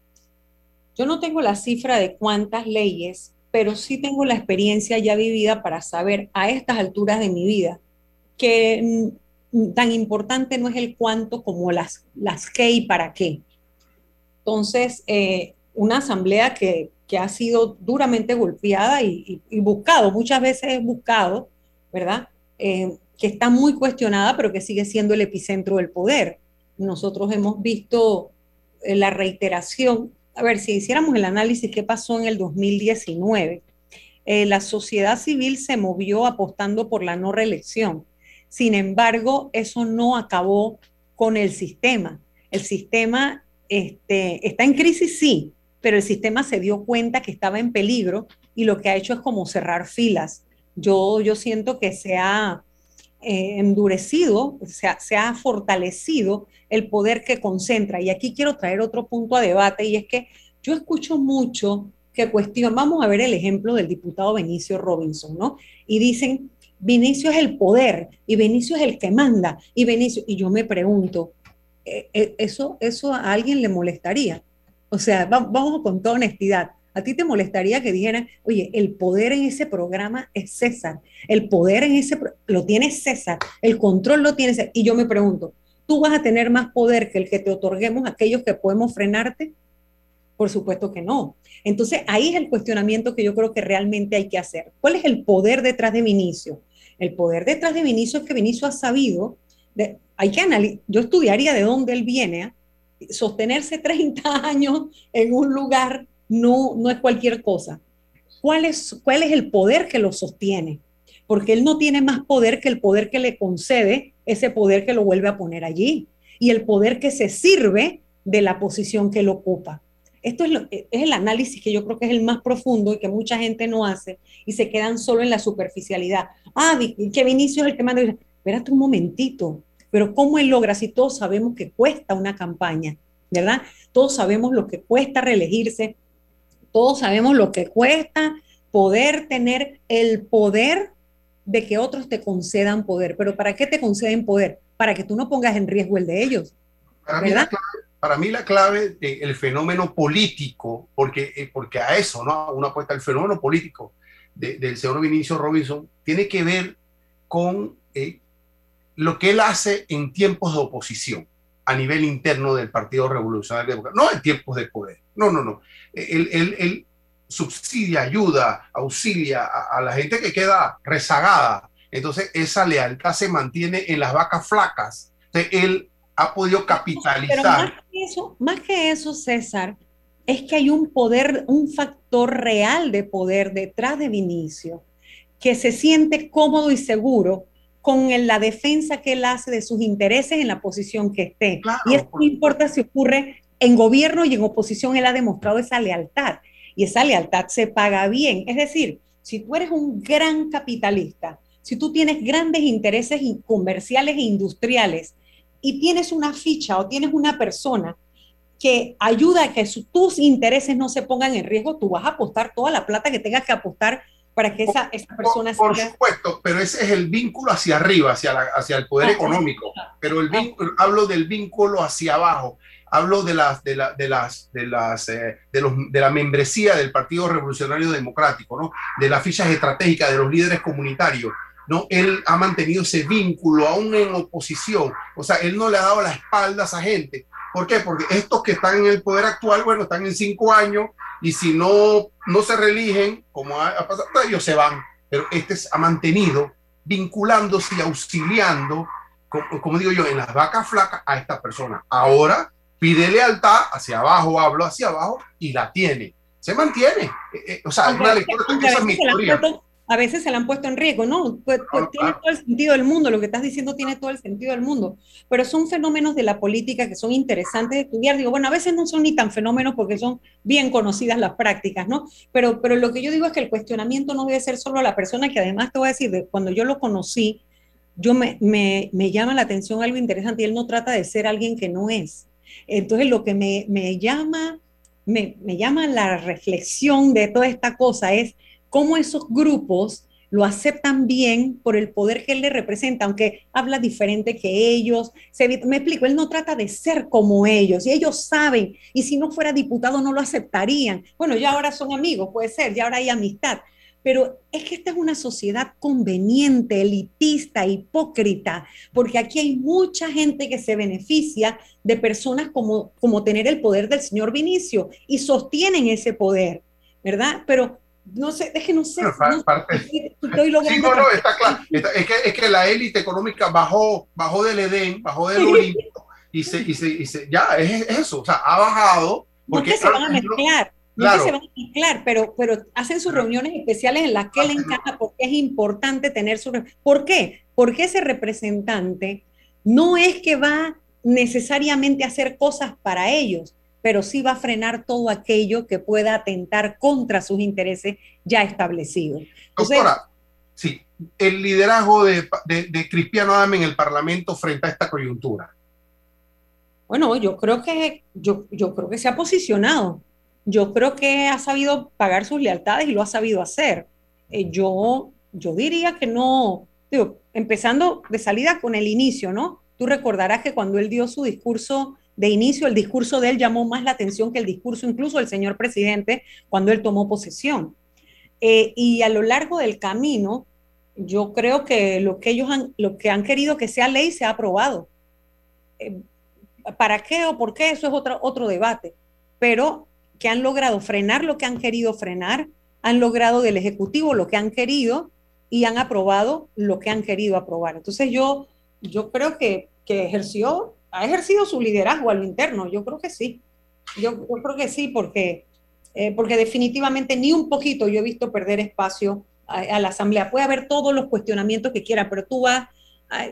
Yo no tengo la cifra de cuántas leyes, pero sí tengo la experiencia ya vivida para saber a estas alturas de mi vida que tan importante no es el cuánto como las, las qué y para qué. Entonces, eh, una asamblea que, que ha sido duramente golpeada y, y, y buscado, muchas veces buscado, ¿verdad? Eh, que está muy cuestionada, pero que sigue siendo el epicentro del poder. Nosotros hemos visto eh, la reiteración. A ver, si hiciéramos el análisis qué pasó en el dos mil diecinueve, eh, la sociedad civil se movió apostando por la no reelección. Sin embargo, eso no acabó con el sistema. El sistema este, está en crisis, sí, pero el sistema se dio cuenta que estaba en peligro y lo que ha hecho es como cerrar filas. Yo, yo siento que se ha eh, endurecido, se ha, se ha fortalecido el poder que concentra. Y aquí quiero traer otro punto a debate, y es que yo escucho mucho que cuestionan, vamos a ver el ejemplo del diputado Benicio Robinson, ¿no? Y dicen, Benicio es el poder, y Benicio es el que manda, y Benicio, y yo me pregunto, ¿eso, eso a alguien le molestaría? O sea, vamos con toda honestidad, ¿a ti te molestaría que dijeran, oye, el poder en ese programa es César, el poder en ese, lo tiene César, el control lo tiene César? Y yo me pregunto, ¿tú vas a tener más poder que el que te otorguemos aquellos que podemos frenarte? Por supuesto que no. Entonces, ahí es el cuestionamiento que yo creo que realmente hay que hacer. ¿Cuál es el poder detrás de Benicio? El poder detrás de Benicio es que Benicio ha sabido, de, hay que analizar, yo estudiaría de dónde él viene, ¿eh? Sostenerse treinta años en un lugar no, no es cualquier cosa. ¿Cuál es, ¿Cuál es el poder que lo sostiene? Porque él no tiene más poder que el poder que le concede ese poder que lo vuelve a poner allí, y el poder que se sirve de la posición que lo ocupa. Esto es, lo, es el análisis que yo creo que es el más profundo y que mucha gente no hace y se quedan solo en la superficialidad. Ah, que Benicio es el que manda. Espérate un momentito, pero ¿cómo él logra? Si todos sabemos que cuesta una campaña, ¿verdad? Todos sabemos lo que cuesta reelegirse, todos sabemos lo que cuesta poder tener el poder de que otros te concedan poder. Pero ¿para qué te conceden poder? Para que tú no pongas en riesgo el de ellos. Para mí, la clave, para mí la clave del fenómeno político, porque, porque a eso, ¿no? Uno apuesta el fenómeno político de, del señor Benicio Robinson, tiene que ver con eh, lo que él hace en tiempos de oposición a nivel interno del Partido Revolucionario Democrático, no en tiempos de poder, no, no, no. Él, él, él subsidia, ayuda, auxilia a, a la gente que queda rezagada. Entonces esa lealtad se mantiene en las vacas flacas. Entonces él ha podido capitalizar. Pero más que eso, más que eso, César, es que hay un poder, un factor real de poder detrás de Benicio, que se siente cómodo y seguro con la defensa que él hace de sus intereses en la posición que esté. Claro, y eso no importa si ocurre en gobierno y en oposición, él ha demostrado esa lealtad. Y esa lealtad se paga bien. Es decir, si tú eres un gran capitalista, si tú tienes grandes intereses comerciales e industriales y tienes una ficha o tienes una persona que ayuda a que su, tus intereses no se pongan en riesgo, tú vas a apostar toda la plata que tengas que apostar para que esa, esa persona... Por, por siga... supuesto, pero ese es el vínculo hacia arriba, hacia, la, hacia el poder ah, económico. Ah, pero el vínculo, ah, hablo del vínculo hacia abajo. Hablo de las de la, de las de las eh, de los de la membresía del Partido Revolucionario Democrático, ¿no? De las fichas estratégicas de los líderes comunitarios, ¿no? Él ha mantenido ese vínculo aún en oposición. O sea, él no le ha dado la espalda a esa gente. ¿Por qué? Porque estos que están en el poder actual, bueno, están en cinco años y si no no se reeligen, como ha, ha pasado, ellos se van. Pero este ha mantenido vinculándose y auxiliando, como, como digo yo, en las vacas flacas a esta persona. Ahora pide lealtad hacia abajo, hablo hacia abajo y la tiene. Se mantiene. Eh, eh, o sea, es una lectura que esa es mi teoría. A veces se la han puesto en riesgo, ¿no? Pues, pues claro, tiene claro. todo el sentido del mundo, lo que estás diciendo tiene todo el sentido del mundo, pero son fenómenos de la política que son interesantes de estudiar. Digo, bueno, a veces no son ni tan fenómenos porque son bien conocidas las prácticas, ¿no? Pero, pero lo que yo digo es que el cuestionamiento no debe ser solo a la persona, que además te voy a decir, de cuando yo lo conocí, yo me, me, me llama la atención algo interesante, y él no trata de ser alguien que no es. Entonces lo que me, me llama, me, me llama la reflexión de toda esta cosa es cómo esos grupos lo aceptan bien por el poder que él le representa, aunque habla diferente que ellos. Se, me explico, él no trata de ser como ellos, y ellos saben, y si no fuera diputado no lo aceptarían. Bueno, ya ahora son amigos, puede ser, ya ahora hay amistad, pero es que esta es una sociedad conveniente, elitista, hipócrita, porque aquí hay mucha gente que se beneficia de personas como, como tener el poder del señor Vinicio, y sostienen ese poder, ¿verdad? Pero no sé, es que no sé. Bueno, no, parte, estoy logrando sí, no, no, está claro. Está, es, que, es que la élite económica bajó, bajó del Edén, bajó del Olimpo, y, se, y, se, y se, ya, es, es eso, o sea, ha bajado. Porque no que se van a mezclar, no claro. que se van a mezclar, pero, pero hacen sus reuniones especiales en las que él encaja, porque es importante tener su... ¿Por qué? Porque ese representante no es que va necesariamente a hacer cosas para ellos, pero sí va a frenar todo aquello que pueda atentar contra sus intereses ya establecidos. Entonces, doctora, sí, el liderazgo de, de, de Cristiano Adame en el Parlamento frente a esta coyuntura. Bueno, yo creo que, yo, yo creo que se ha posicionado. Yo creo que ha sabido pagar sus lealtades y lo ha sabido hacer. Eh, yo, yo diría que no, digo, empezando de salida con el inicio, ¿no? Tú recordarás que cuando él dio su discurso de inicio, el discurso de él llamó más la atención que el discurso incluso del señor presidente cuando él tomó posesión. Eh, y a lo largo del camino, yo creo que lo que ellos han, lo que han querido que sea ley se ha aprobado. Eh, ¿Para qué o por qué? Eso es otro, otro debate. Pero que han logrado frenar lo que han querido frenar, han logrado del Ejecutivo lo que han querido y han aprobado lo que han querido aprobar. Entonces yo, yo creo que, que ejerció... ha ejercido su liderazgo a lo interno, yo creo que sí, yo, yo creo que sí, porque, eh, porque definitivamente ni un poquito yo he visto perder espacio a, a la Asamblea. Puede haber todos los cuestionamientos que quiera, pero tú vas, a,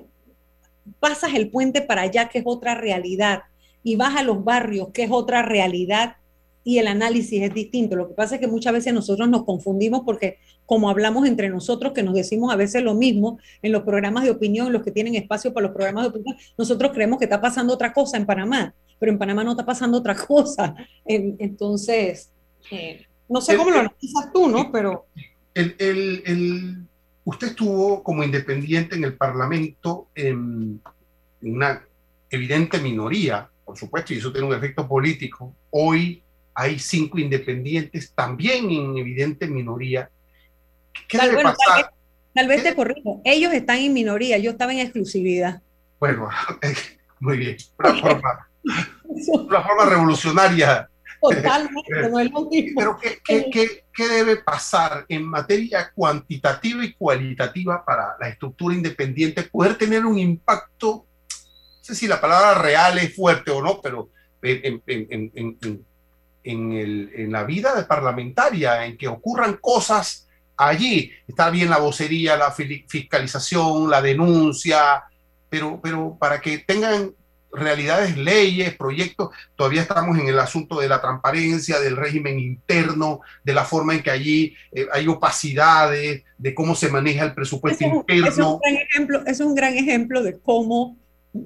pasas el puente para allá, que es otra realidad, y vas a los barrios, que es otra realidad, y el análisis es distinto. Lo que pasa es que muchas veces nosotros nos confundimos porque como hablamos entre nosotros, que nos decimos a veces lo mismo en los programas de opinión, los que tienen espacio para los programas de opinión, nosotros creemos que está pasando otra cosa en Panamá, pero en Panamá no está pasando otra cosa. Entonces, eh, no sé cómo lo analizas tú, ¿no? Pero... El, el, el, usted estuvo como independiente en el Parlamento en una evidente minoría, por supuesto, y eso tiene un efecto político. Hoy hay cinco independientes también en evidente minoría. ¿Qué tal, debe bueno, pasar? Tal vez, tal vez te corrijo, ellos están en minoría, yo estaba en exclusividad. Bueno, muy bien, una forma, una forma revolucionaria. Totalmente, no es lo mismo. Pero ¿qué, qué, qué, ¿qué debe pasar en materia cuantitativa y cualitativa para la estructura independiente poder tener un impacto? No sé si la palabra real es fuerte o no, pero en, en, en, en, en, en, el, en la vida de parlamentaria, en que ocurran cosas allí. Está bien la vocería, la fiscalización, la denuncia, pero, pero para que tengan realidades, leyes, proyectos, todavía estamos en el asunto de la transparencia, del régimen interno, de la forma en que allí eh, hay opacidades, de cómo se maneja el presupuesto eso, interno. Eso es un gran ejemplo, es un gran ejemplo de cómo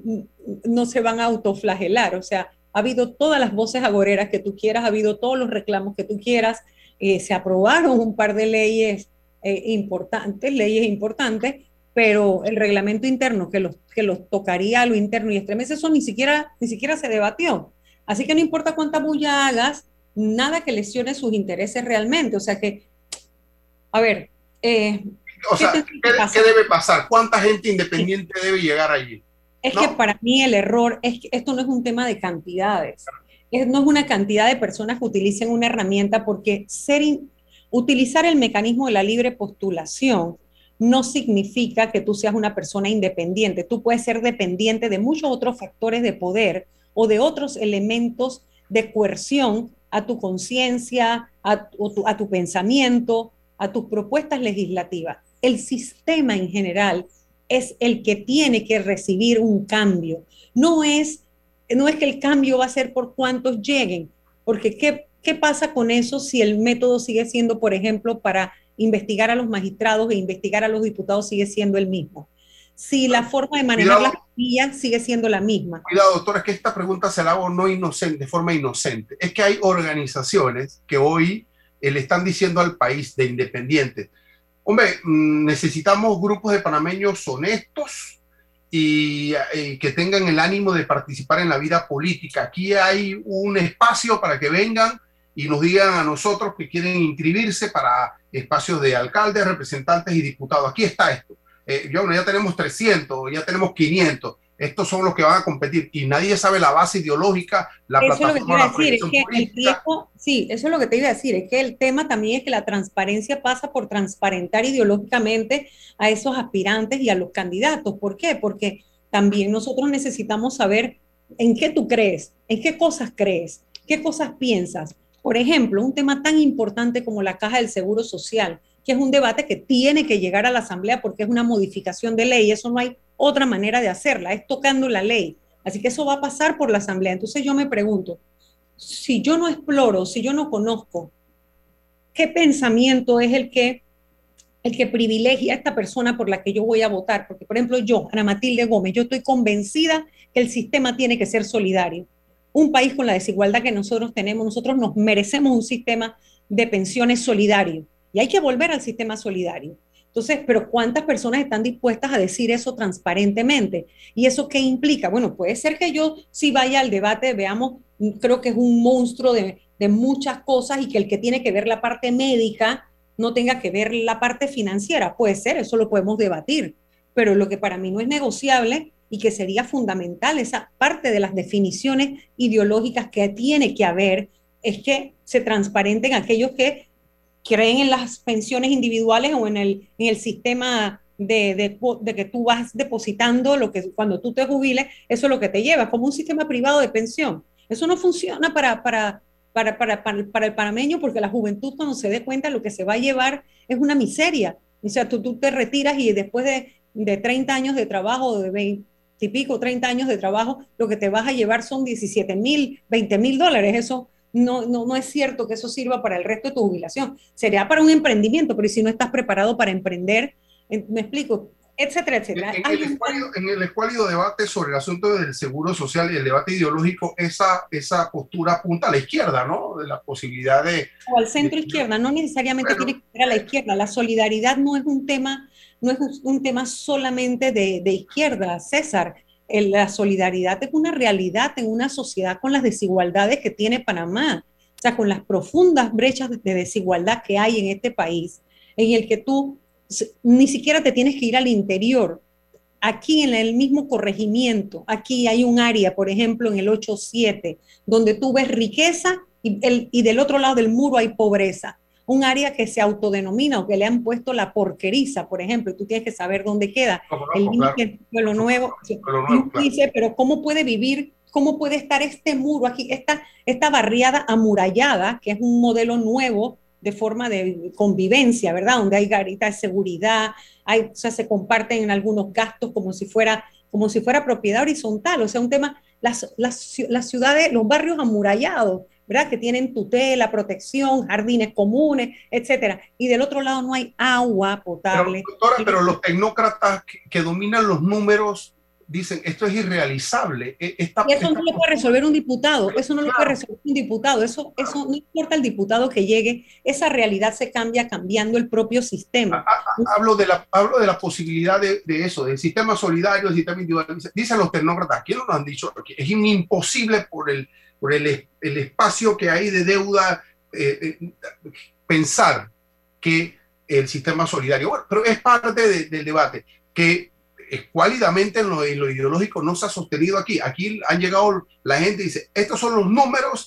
no se van a autoflagelar. O sea, ha habido todas las voces agoreras que tú quieras, ha habido todos los reclamos que tú quieras, eh, se aprobaron un par de leyes eh, importantes, leyes importantes, pero el reglamento interno que los, que los tocaría a lo interno y extremece, eso ni siquiera, ni siquiera se debatió. Así que no importa cuánta bulla hagas, nada que lesione sus intereses realmente. O sea que, a ver... Eh, o sea, ¿qué, ¿qué, ¿qué debe pasar? ¿Cuánta gente independiente sí. debe llegar allí? Es ¿no? que para mí el error es que esto no es un tema de cantidades. Es, no es una cantidad de personas que utilicen una herramienta, porque ser in, utilizar el mecanismo de la libre postulación no significa que tú seas una persona independiente. Tú puedes ser dependiente de muchos otros factores de poder o de otros elementos de coerción a tu conciencia, a, a tu pensamiento, a tus propuestas legislativas. El sistema en general es el que tiene que recibir un cambio. No es, no es que el cambio va a ser por cuántos lleguen, porque ¿qué, qué pasa con eso si el método sigue siendo, por ejemplo, para investigar a los magistrados e investigar a los diputados sigue siendo el mismo? Si la forma de manejar las planillas sigue siendo la misma. Cuidado, doctora, es que esta pregunta se la hago no inocente, de forma inocente. Es que hay organizaciones que hoy eh, le están diciendo al país de independientes, hombre, necesitamos grupos de panameños honestos y, y que tengan el ánimo de participar en la vida política. Aquí hay un espacio para que vengan y nos digan a nosotros que quieren inscribirse para espacios de alcaldes, representantes y diputados. Aquí está esto. Eh, yo, ya tenemos trescientos, ya tenemos quinientos. Estos son los que van a competir y nadie sabe la base ideológica, la eso plataforma, es lo que te iba a decir, es que el tiempo, sí, eso es lo que te iba a decir, es que el tema también es que la transparencia pasa por transparentar ideológicamente a esos aspirantes y a los candidatos. ¿Por qué? Porque también nosotros necesitamos saber en qué tú crees, en qué cosas crees, qué cosas piensas. Por ejemplo, un tema tan importante como la Caja del Seguro Social, que es un debate que tiene que llegar a la Asamblea porque es una modificación de ley, eso no hay otra manera de hacerla, es tocando la ley. Así que eso va a pasar por la Asamblea. Entonces yo me pregunto, si yo no exploro, si yo no conozco, ¿qué pensamiento es el que, el que privilegia a esta persona por la que yo voy a votar? Porque, por ejemplo, yo, Ana Matilde Gómez, yo estoy convencida que el sistema tiene que ser solidario. Un país con la desigualdad que nosotros tenemos, nosotros nos merecemos un sistema de pensiones solidario. Y hay que volver al sistema solidario. Entonces, pero ¿cuántas personas están dispuestas a decir eso transparentemente? ¿Y eso qué implica? Bueno, puede ser que yo sí vaya al debate, veamos, creo que es un monstruo de, de muchas cosas y que el que tiene que ver la parte médica no tenga que ver la parte financiera. Puede ser, eso lo podemos debatir. Pero lo que para mí no es negociable y que sería fundamental, esa parte de las definiciones ideológicas que tiene que haber, es que se transparenten aquellos que creen en las pensiones individuales o en el, en el sistema de, de, de que tú vas depositando lo que cuando tú te jubiles, eso es lo que te lleva, como un sistema privado de pensión. Eso no funciona para, para, para, para, para, para el panameño, porque la juventud cuando se dé cuenta lo que se va a llevar es una miseria. O sea, tú, tú te retiras y después de, de treinta años de trabajo, de veinte y pico, treinta años de trabajo, lo que te vas a llevar son diecisiete mil, veinte mil dólares. Eso No, no, no es cierto que eso sirva para el resto de tu jubilación. Sería para un emprendimiento, pero si no estás preparado para emprender, me explico, etcétera, etcétera. En, en, el, escuálido, en el escuálido debate sobre el asunto del seguro social y el debate ideológico, esa, esa postura apunta a la izquierda, ¿no? De la posibilidad de... O al centro izquierda, no necesariamente bueno, tiene que ser a la izquierda. La solidaridad no es un tema, no es un tema solamente de, de izquierda, César. La solidaridad es una realidad en una sociedad con las desigualdades que tiene Panamá, o sea, con las profundas brechas de desigualdad que hay en este país, en el que tú ni siquiera te tienes que ir al interior. Aquí en el mismo corregimiento, aquí hay un área, por ejemplo, en el ocho siete, donde tú ves riqueza y, el, y del otro lado del muro hay pobreza. Un área que se autodenomina o que le han puesto la porqueriza, por ejemplo, y tú tienes que saber dónde queda. No, no, el claro. Pueblo Nuevo. Pueblo Nuevo claro. Dice, pero ¿cómo puede vivir, cómo puede estar este muro aquí, esta, esta barriada amurallada, que es un modelo nuevo de forma de convivencia, ¿verdad? Donde hay garitas de seguridad, hay, o sea, se comparten en algunos gastos como si fuera, como si fuera propiedad horizontal, o sea, un tema, las, las, las ciudades, los barrios amurallados, ¿verdad? Que tienen tutela, protección, jardines comunes, etcétera. Y del otro lado no hay agua potable. Pero, doctora, pero los tecnócratas que, que dominan los números dicen, esto es irrealizable. Esta, y eso esta... no lo puede resolver un diputado, eso no claro. lo puede resolver un diputado, eso, eso no importa el diputado que llegue, esa realidad se cambia cambiando el propio sistema. Hablo de la, hablo de la posibilidad de, de eso, del sistema solidario, del sistema individual. Dicen los tecnócratas, ¿quién nos lo han dicho? Es imposible por el, por el, el espacio que hay de deuda, eh, eh, pensar que el sistema solidario, bueno, pero es parte de, del debate, que escuálidamente en lo, en lo ideológico no se ha sostenido aquí. Aquí han llegado la gente y dice, estos son los números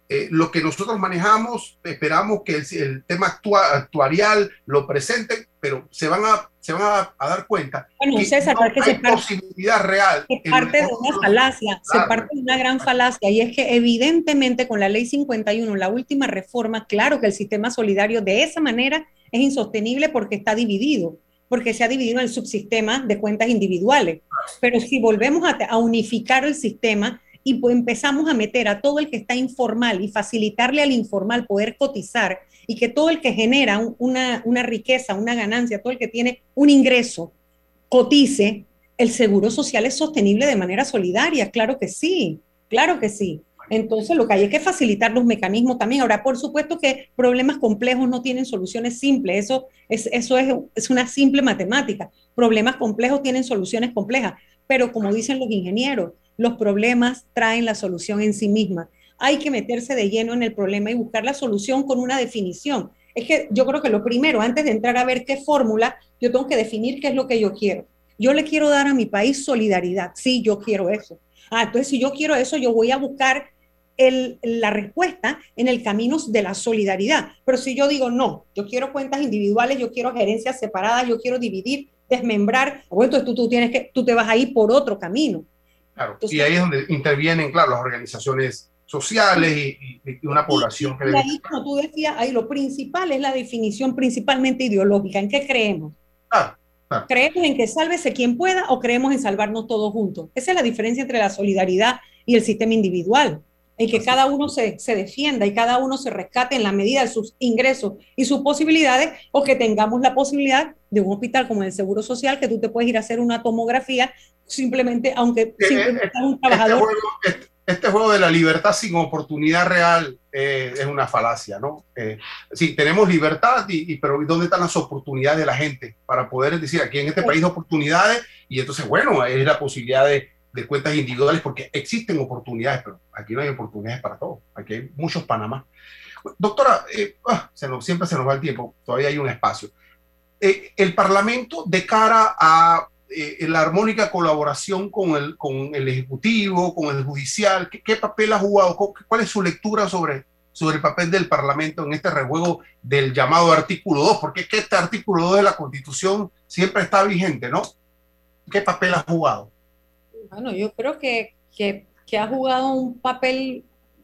eh, lo que nosotros manejamos, esperamos que el, el tema actua, actuarial lo presenten, pero se van a, se van a, a dar cuenta bueno, que César, no que hay se parte, posibilidad real. Se parte de una falacia, claro, se parte de una gran falacia, y es que evidentemente con la ley cincuenta y uno, la última reforma, claro que el sistema solidario de esa manera es insostenible porque está dividido, porque se ha dividido en el subsistema de cuentas individuales. Pero si volvemos a, a unificar el sistema y pues empezamos a meter a todo el que está informal y facilitarle al informal poder cotizar, y que todo el que genera un, una, una riqueza, una ganancia, todo el que tiene un ingreso, cotice, el seguro social es sostenible de manera solidaria. Claro que sí, claro que sí. Entonces lo que hay es que facilitar los mecanismos también. Ahora, por supuesto que problemas complejos no tienen soluciones simples, eso es, eso es, es una simple matemática. Problemas complejos tienen soluciones complejas, pero como dicen los ingenieros, los problemas traen la solución en sí misma. Hay que meterse de lleno en el problema y buscar la solución con una definición. Es que yo creo que lo primero, antes de entrar a ver qué fórmula, yo tengo que definir qué es lo que yo quiero. Yo le quiero dar a mi país solidaridad. Sí, yo quiero eso. Ah, entonces si yo quiero eso, yo voy a buscar el, la respuesta en el camino de la solidaridad. Pero si yo digo, no, yo quiero cuentas individuales, yo quiero gerencias separadas, yo quiero dividir, desmembrar, bueno, entonces tú, tú, tienes que, tú te vas a ir por otro camino. Claro, entonces, y ahí es donde intervienen, claro, las organizaciones sociales y, y, y una población. Y, y ahí, como tú decías, ahí lo principal es la definición principalmente ideológica. ¿En qué creemos? Ah, ah. ¿Creemos en que sálvese quien pueda o creemos en salvarnos todos juntos? Esa es la diferencia entre la solidaridad y el sistema individual. En que cada uno se, se defienda y cada uno se rescate en la medida de sus ingresos y sus posibilidades, o que tengamos la posibilidad de un hospital como el Seguro Social, que tú te puedes ir a hacer una tomografía simplemente, aunque eh, simplemente eh, un trabajador... Este juego, este, este juego de la libertad sin oportunidad real eh, es una falacia, ¿no? Eh, sí, tenemos libertad, y, y, pero ¿dónde están las oportunidades de la gente para poder decir aquí en este país oportunidades? Y entonces, bueno, es la posibilidad de de cuentas individuales, porque existen oportunidades, pero aquí no hay oportunidades para todos. Aquí hay muchos Panamá. Doctora, eh, ah, se nos, siempre se nos va el tiempo, todavía hay un espacio. Eh, el Parlamento, de cara a eh, la armónica colaboración con el, con el Ejecutivo, con el Judicial, ¿qué, qué papel ha jugado? ¿Cuál es su lectura sobre, sobre el papel del Parlamento en este rejuego del llamado artículo dos? Porque es que este artículo dos de la Constitución siempre está vigente, ¿no? ¿Qué papel ha jugado? Bueno, yo creo que, que, que ha jugado un papel,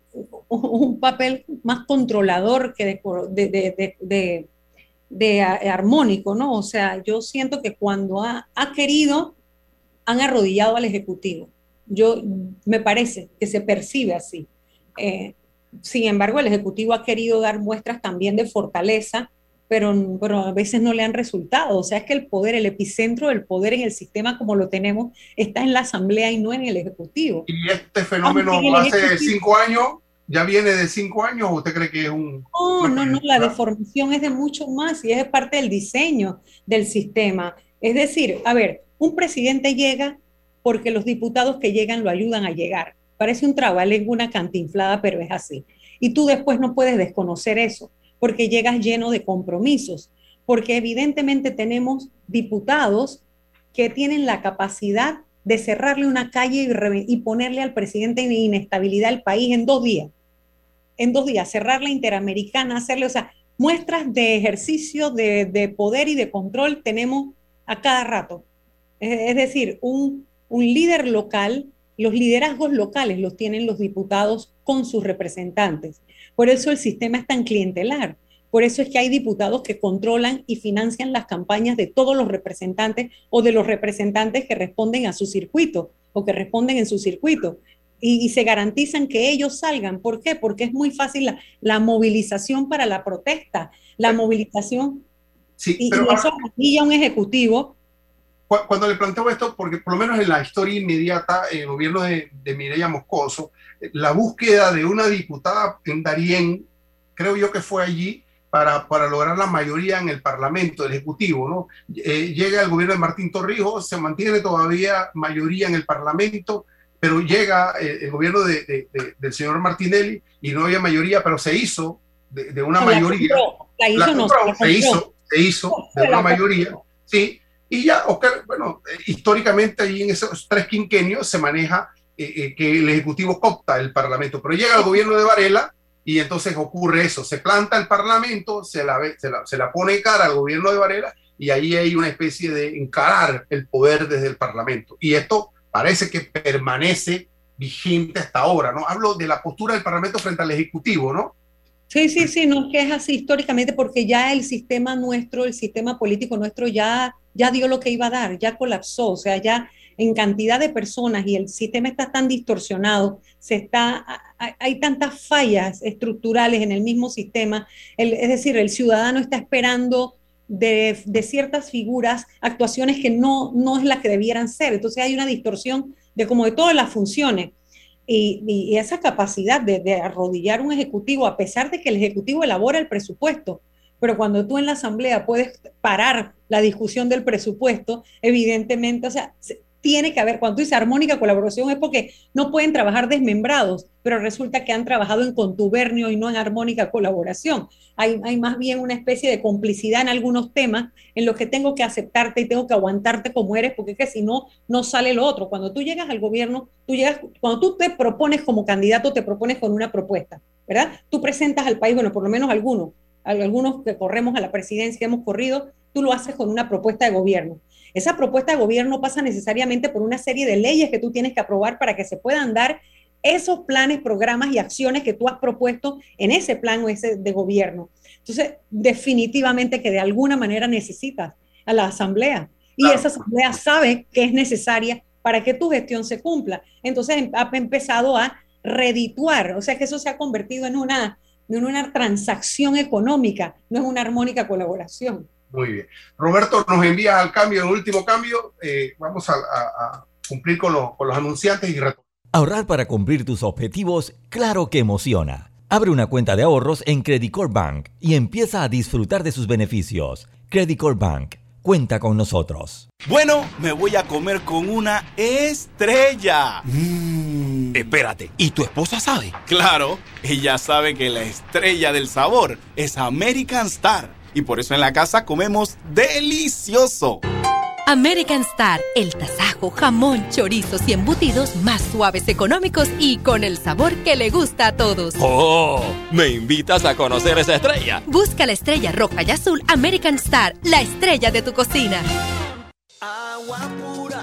un papel más controlador que de, de, de, de, de armónico, ¿no? O sea, yo siento que cuando ha, ha querido, han arrodillado al Ejecutivo. Yo, me parece que se percibe así. Eh, sin embargo, el Ejecutivo ha querido dar muestras también de fortaleza, Pero, pero a veces no le han resultado. O sea, es que el poder, el epicentro del poder en el sistema como lo tenemos, está en la Asamblea y no en el Ejecutivo. ¿Y este fenómeno hace cinco años, ya viene de cinco años, o usted cree que es un...? No, no, no, la deformación es de mucho más y es parte del diseño del sistema. Es decir, a ver, un presidente llega porque los diputados que llegan lo ayudan a llegar. Parece un trabalengua, una cantinflada, pero es así. Y tú después no puedes desconocer eso, porque llegas lleno de compromisos, porque evidentemente tenemos diputados que tienen la capacidad de cerrarle una calle y, y ponerle al presidente en inestabilidad al país en dos días. En dos días, cerrar la Interamericana, hacerle, o sea, muestras de ejercicio de, de poder y de control tenemos a cada rato. Es, es decir, un, un líder local, los liderazgos locales los tienen los diputados con sus representantes. Por eso el sistema es tan clientelar. Por eso es que hay diputados que controlan y financian las campañas de todos los representantes o de los representantes que responden a su circuito o que responden en su circuito. Y, y se garantizan que ellos salgan. ¿Por qué? Porque es muy fácil la, la movilización para la protesta, la movilización. Sí, y, pero y eso arrodilla a un ejecutivo. Cuando le planteo esto, porque por lo menos en la historia inmediata, en el gobierno de, de Mireya Moscoso, la búsqueda de una diputada en Darién, creo yo que fue allí para, para lograr la mayoría en el Parlamento, el Ejecutivo, ¿no? Eh, llega el gobierno de Martín Torrijos, se mantiene todavía mayoría en el Parlamento, pero llega el, el gobierno de, de, de, del señor Martinelli y no había mayoría, pero se hizo de, de una no, mayoría. La, compró, la hizo, la compró, no, se, hizo, se hizo de una mayoría, sí. Y ya, okay, bueno, eh, históricamente ahí en esos tres quinquenios se maneja eh, eh, que el Ejecutivo coopta el Parlamento, pero llega el gobierno de Varela y entonces ocurre eso, se planta el Parlamento, se la, se la, se la pone cara al gobierno de Varela, y ahí hay una especie de encarar el poder desde el Parlamento. Y esto parece que permanece vigente hasta ahora, ¿no? Hablo de la postura del Parlamento frente al Ejecutivo, ¿no? Sí, sí, sí, no es que es así históricamente, porque ya el sistema nuestro, el sistema político nuestro ya, ya dio lo que iba a dar, ya colapsó, o sea, ya en cantidad de personas y el sistema está tan distorsionado, se está, hay tantas fallas estructurales en el mismo sistema, el, es decir, el ciudadano está esperando de, de ciertas figuras actuaciones que no, no es la que debieran ser, entonces hay una distorsión de como de todas las funciones. Y, y esa capacidad de, de arrodillar un ejecutivo, a pesar de que el ejecutivo elabora el presupuesto, pero cuando tú en la asamblea puedes parar la discusión del presupuesto, evidentemente, o sea, tiene que haber, cuando tú dices armónica colaboración es porque no pueden trabajar desmembrados, pero resulta que han trabajado en contubernio y no en armónica colaboración. Hay, hay más bien una especie de complicidad en algunos temas en los que tengo que aceptarte y tengo que aguantarte como eres, porque es que si no, no sale lo otro. Cuando tú llegas al gobierno, tú llegas, cuando tú te propones como candidato, te propones con una propuesta, ¿verdad? Tú presentas al país, bueno, por lo menos algunos, algunos que corremos a la presidencia, hemos corrido, tú lo haces con una propuesta de gobierno. Esa propuesta de gobierno pasa necesariamente por una serie de leyes que tú tienes que aprobar para que se puedan dar esos planes, programas y acciones que tú has propuesto en ese plan o ese de gobierno. Entonces, definitivamente que de alguna manera necesitas a la asamblea y claro, esa asamblea sabe que es necesaria para que tu gestión se cumpla. Entonces, ha empezado a redituar, o sea que eso se ha convertido en una, en una transacción económica, no es una armónica colaboración. Muy bien. Roberto, nos envía al cambio, el último cambio. Eh, vamos a, a, a cumplir con, lo, con los anunciantes y retornamos. Ahorrar para cumplir tus objetivos, claro que emociona. Abre una cuenta de ahorros en Credit Corp Bank y empieza a disfrutar de sus beneficios. Credit Corp Bank, cuenta con nosotros. Bueno, me voy a comer con una estrella. Mm. Espérate, ¿y tu esposa sabe? Claro, ella sabe que la estrella del sabor es American Star. Y por eso en la casa comemos delicioso. American Star, el tasajo, jamón, chorizos y embutidos más suaves, económicos y con el sabor que le gusta a todos. ¡Oh! ¿Me invitas a conocer esa estrella? Busca la estrella roja y azul American Star, la estrella de tu cocina. Agua pura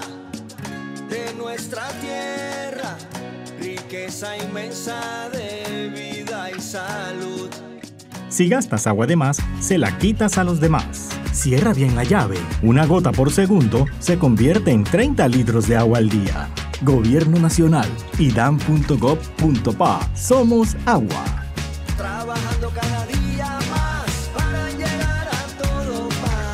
de nuestra tierra, riqueza inmensa de vida y salud. Si gastas agua de más, se la quitas a los demás. Cierra bien la llave. Una gota por segundo se convierte en treinta litros de agua al día. Gobierno Nacional, I D A M punto gov punto pa. Somos agua. Trabajando cada día más para llegar a todo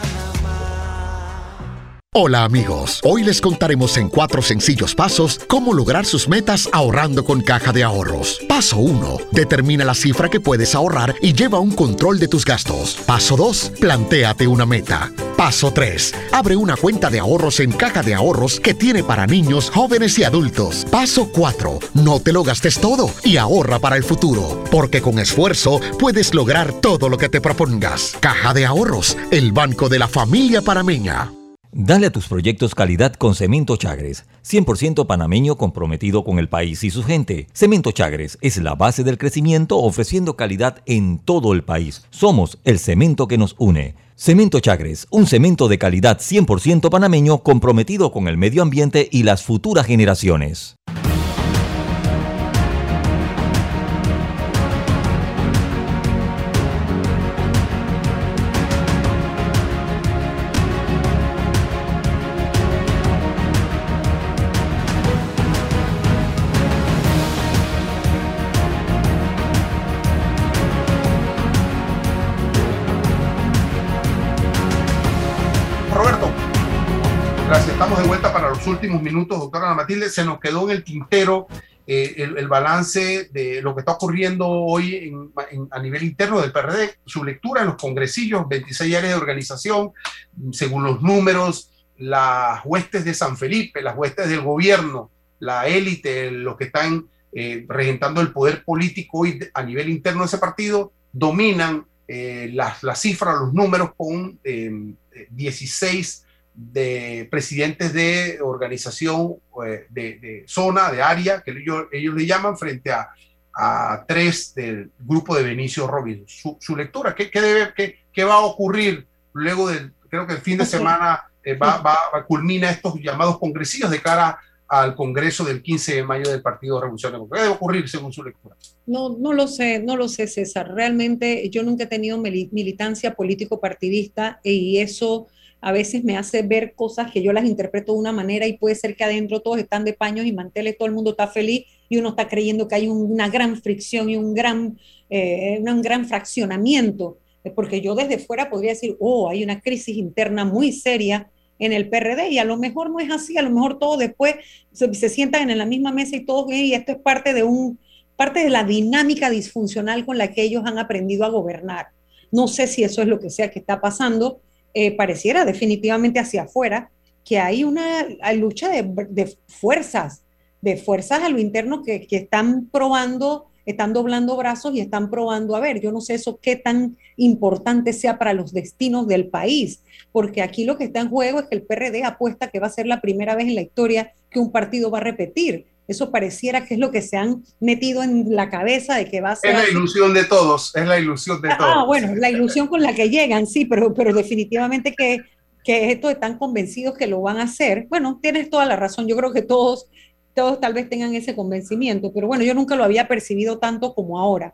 Panamá. Hola amigos, hoy les contaremos en cuatro sencillos pasos cómo lograr sus metas ahorrando con Caja de Ahorros. Paso uno. Determina la cifra que puedes ahorrar y lleva un control de tus gastos. Paso dos. Plantéate una meta. Paso tres. Abre una cuenta de ahorros en Caja de Ahorros que tiene para niños, jóvenes y adultos. Paso cuatro. No te lo gastes todo y ahorra para el futuro, porque con esfuerzo puedes lograr todo lo que te propongas. Caja de Ahorros, el banco de la familia panameña. Dale a tus proyectos calidad con Cemento Chagres, cien por ciento panameño comprometido con el país y su gente. Cemento Chagres es la base del crecimiento ofreciendo calidad en todo el país. Somos el cemento que nos une. Cemento Chagres, un cemento de calidad cien por ciento panameño comprometido con el medio ambiente y las futuras generaciones. Estamos de vuelta para los últimos minutos, doctora Ana Matilde. Se nos quedó en el tintero eh, el, el balance de lo que está ocurriendo hoy en, en, a nivel interno del P R D, su lectura en los congresillos, veintiséis áreas de organización, según los números, las huestes de San Felipe, las huestes del gobierno, la élite, los que están eh, regentando el poder político hoy a nivel interno de ese partido, dominan eh, las, las cifras, los números con eh, dieciséis de presidentes de organización de, de zona, de área, que ellos, ellos le llaman, frente a, a tres del grupo de Benicio Robinson. Su, su lectura, ¿qué, qué, debe, qué, ¿qué va a ocurrir luego del, creo que el fin de semana eh, va, va, va, culmina estos llamados congresivos de cara al Congreso del quince de mayo del Partido Revolucionario? ¿Qué debe ocurrir según su lectura? No, no lo sé, no lo sé, César. Realmente yo nunca he tenido militancia político-partidista y eso a veces me hace ver cosas que yo las interpreto de una manera y puede ser que adentro todos están de paños y manteles, todo el mundo está feliz y uno está creyendo que hay una gran fricción y un gran, eh, un gran fraccionamiento, porque yo desde fuera podría decir, oh, hay una crisis interna muy seria en el P R D y a lo mejor no es así, a lo mejor todos después se, se sientan en la misma mesa y todos, y esto es parte de, un, parte de la dinámica disfuncional con la que ellos han aprendido a gobernar. No sé si eso es lo que sea que está pasando. Eh, pareciera definitivamente hacia afuera que hay una hay lucha de, de fuerzas, de fuerzas a lo interno que, que están probando, están doblando brazos y están probando, a ver, yo no sé eso qué tan importante sea para los destinos del país, porque aquí lo que está en juego es que el P R D apuesta que va a ser la primera vez en la historia que un partido va a repetir. Eso pareciera que es lo que se han metido en la cabeza de que va a ser... Es la así. ilusión de todos, es la ilusión de ah, todos. Ah, bueno, la ilusión con la que llegan, sí, pero, pero definitivamente que, que estos están convencidos que lo van a hacer. Bueno, tienes toda la razón, yo creo que todos, todos tal vez tengan ese convencimiento, pero bueno, yo nunca lo había percibido tanto como ahora.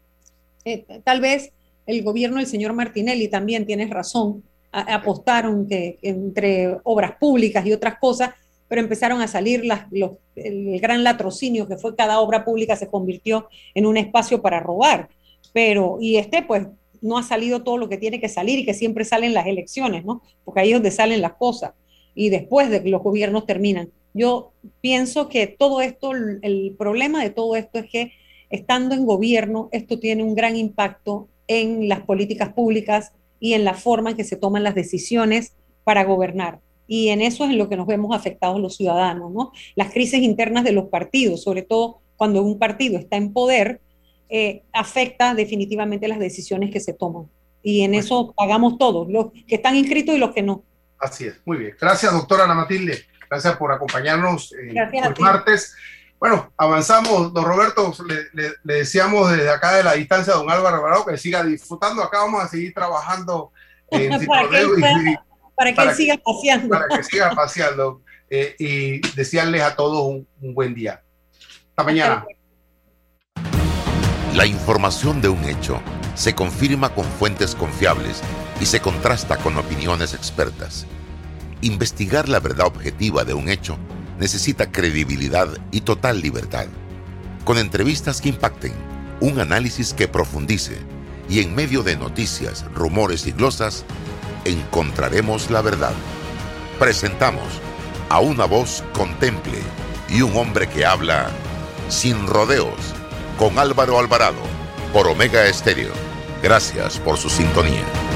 Eh, tal vez el gobierno del señor Martinelli también, tienes razón, a, apostaron que entre obras públicas y otras cosas, pero empezaron a salir las, los, el gran latrocinio que fue cada obra pública se convirtió en un espacio para robar. Pero, y este pues no ha salido todo lo que tiene que salir y que siempre salen las elecciones, ¿no? Porque ahí es donde salen las cosas y después de que los gobiernos terminan. Yo pienso que todo esto, el problema de todo esto es que estando en gobierno, esto tiene un gran impacto en las políticas públicas y en la forma en que se toman las decisiones para gobernar. Y en eso es en lo que nos vemos afectados los ciudadanos, ¿no? Las crisis internas de los partidos, sobre todo cuando un partido está en poder, eh, afecta definitivamente las decisiones que se toman. Y en eso pagamos todos, los que están inscritos y los que no. Así es, muy bien. Gracias, doctora Ana Matilde. Gracias por acompañarnos eh, el martes. Bueno, avanzamos, don Roberto, le, le, le decíamos desde acá de la distancia a don Álvaro Alvarado que siga disfrutando. Acá vamos a seguir trabajando en para, que él, y, para que para él siga que, paseando. Para que siga paseando eh, y desearles a todos un, un buen día. Hasta mañana. La información de un hecho se confirma con fuentes confiables y se contrasta con opiniones expertas. Investigar la verdad objetiva de un hecho necesita credibilidad y total libertad. Con entrevistas que impacten, un análisis que profundice y en medio de noticias, rumores y glosas, encontraremos la verdad. Presentamos a una voz contemple y un hombre que habla sin rodeos con Álvaro Alvarado por Omega Estéreo. Gracias por su sintonía.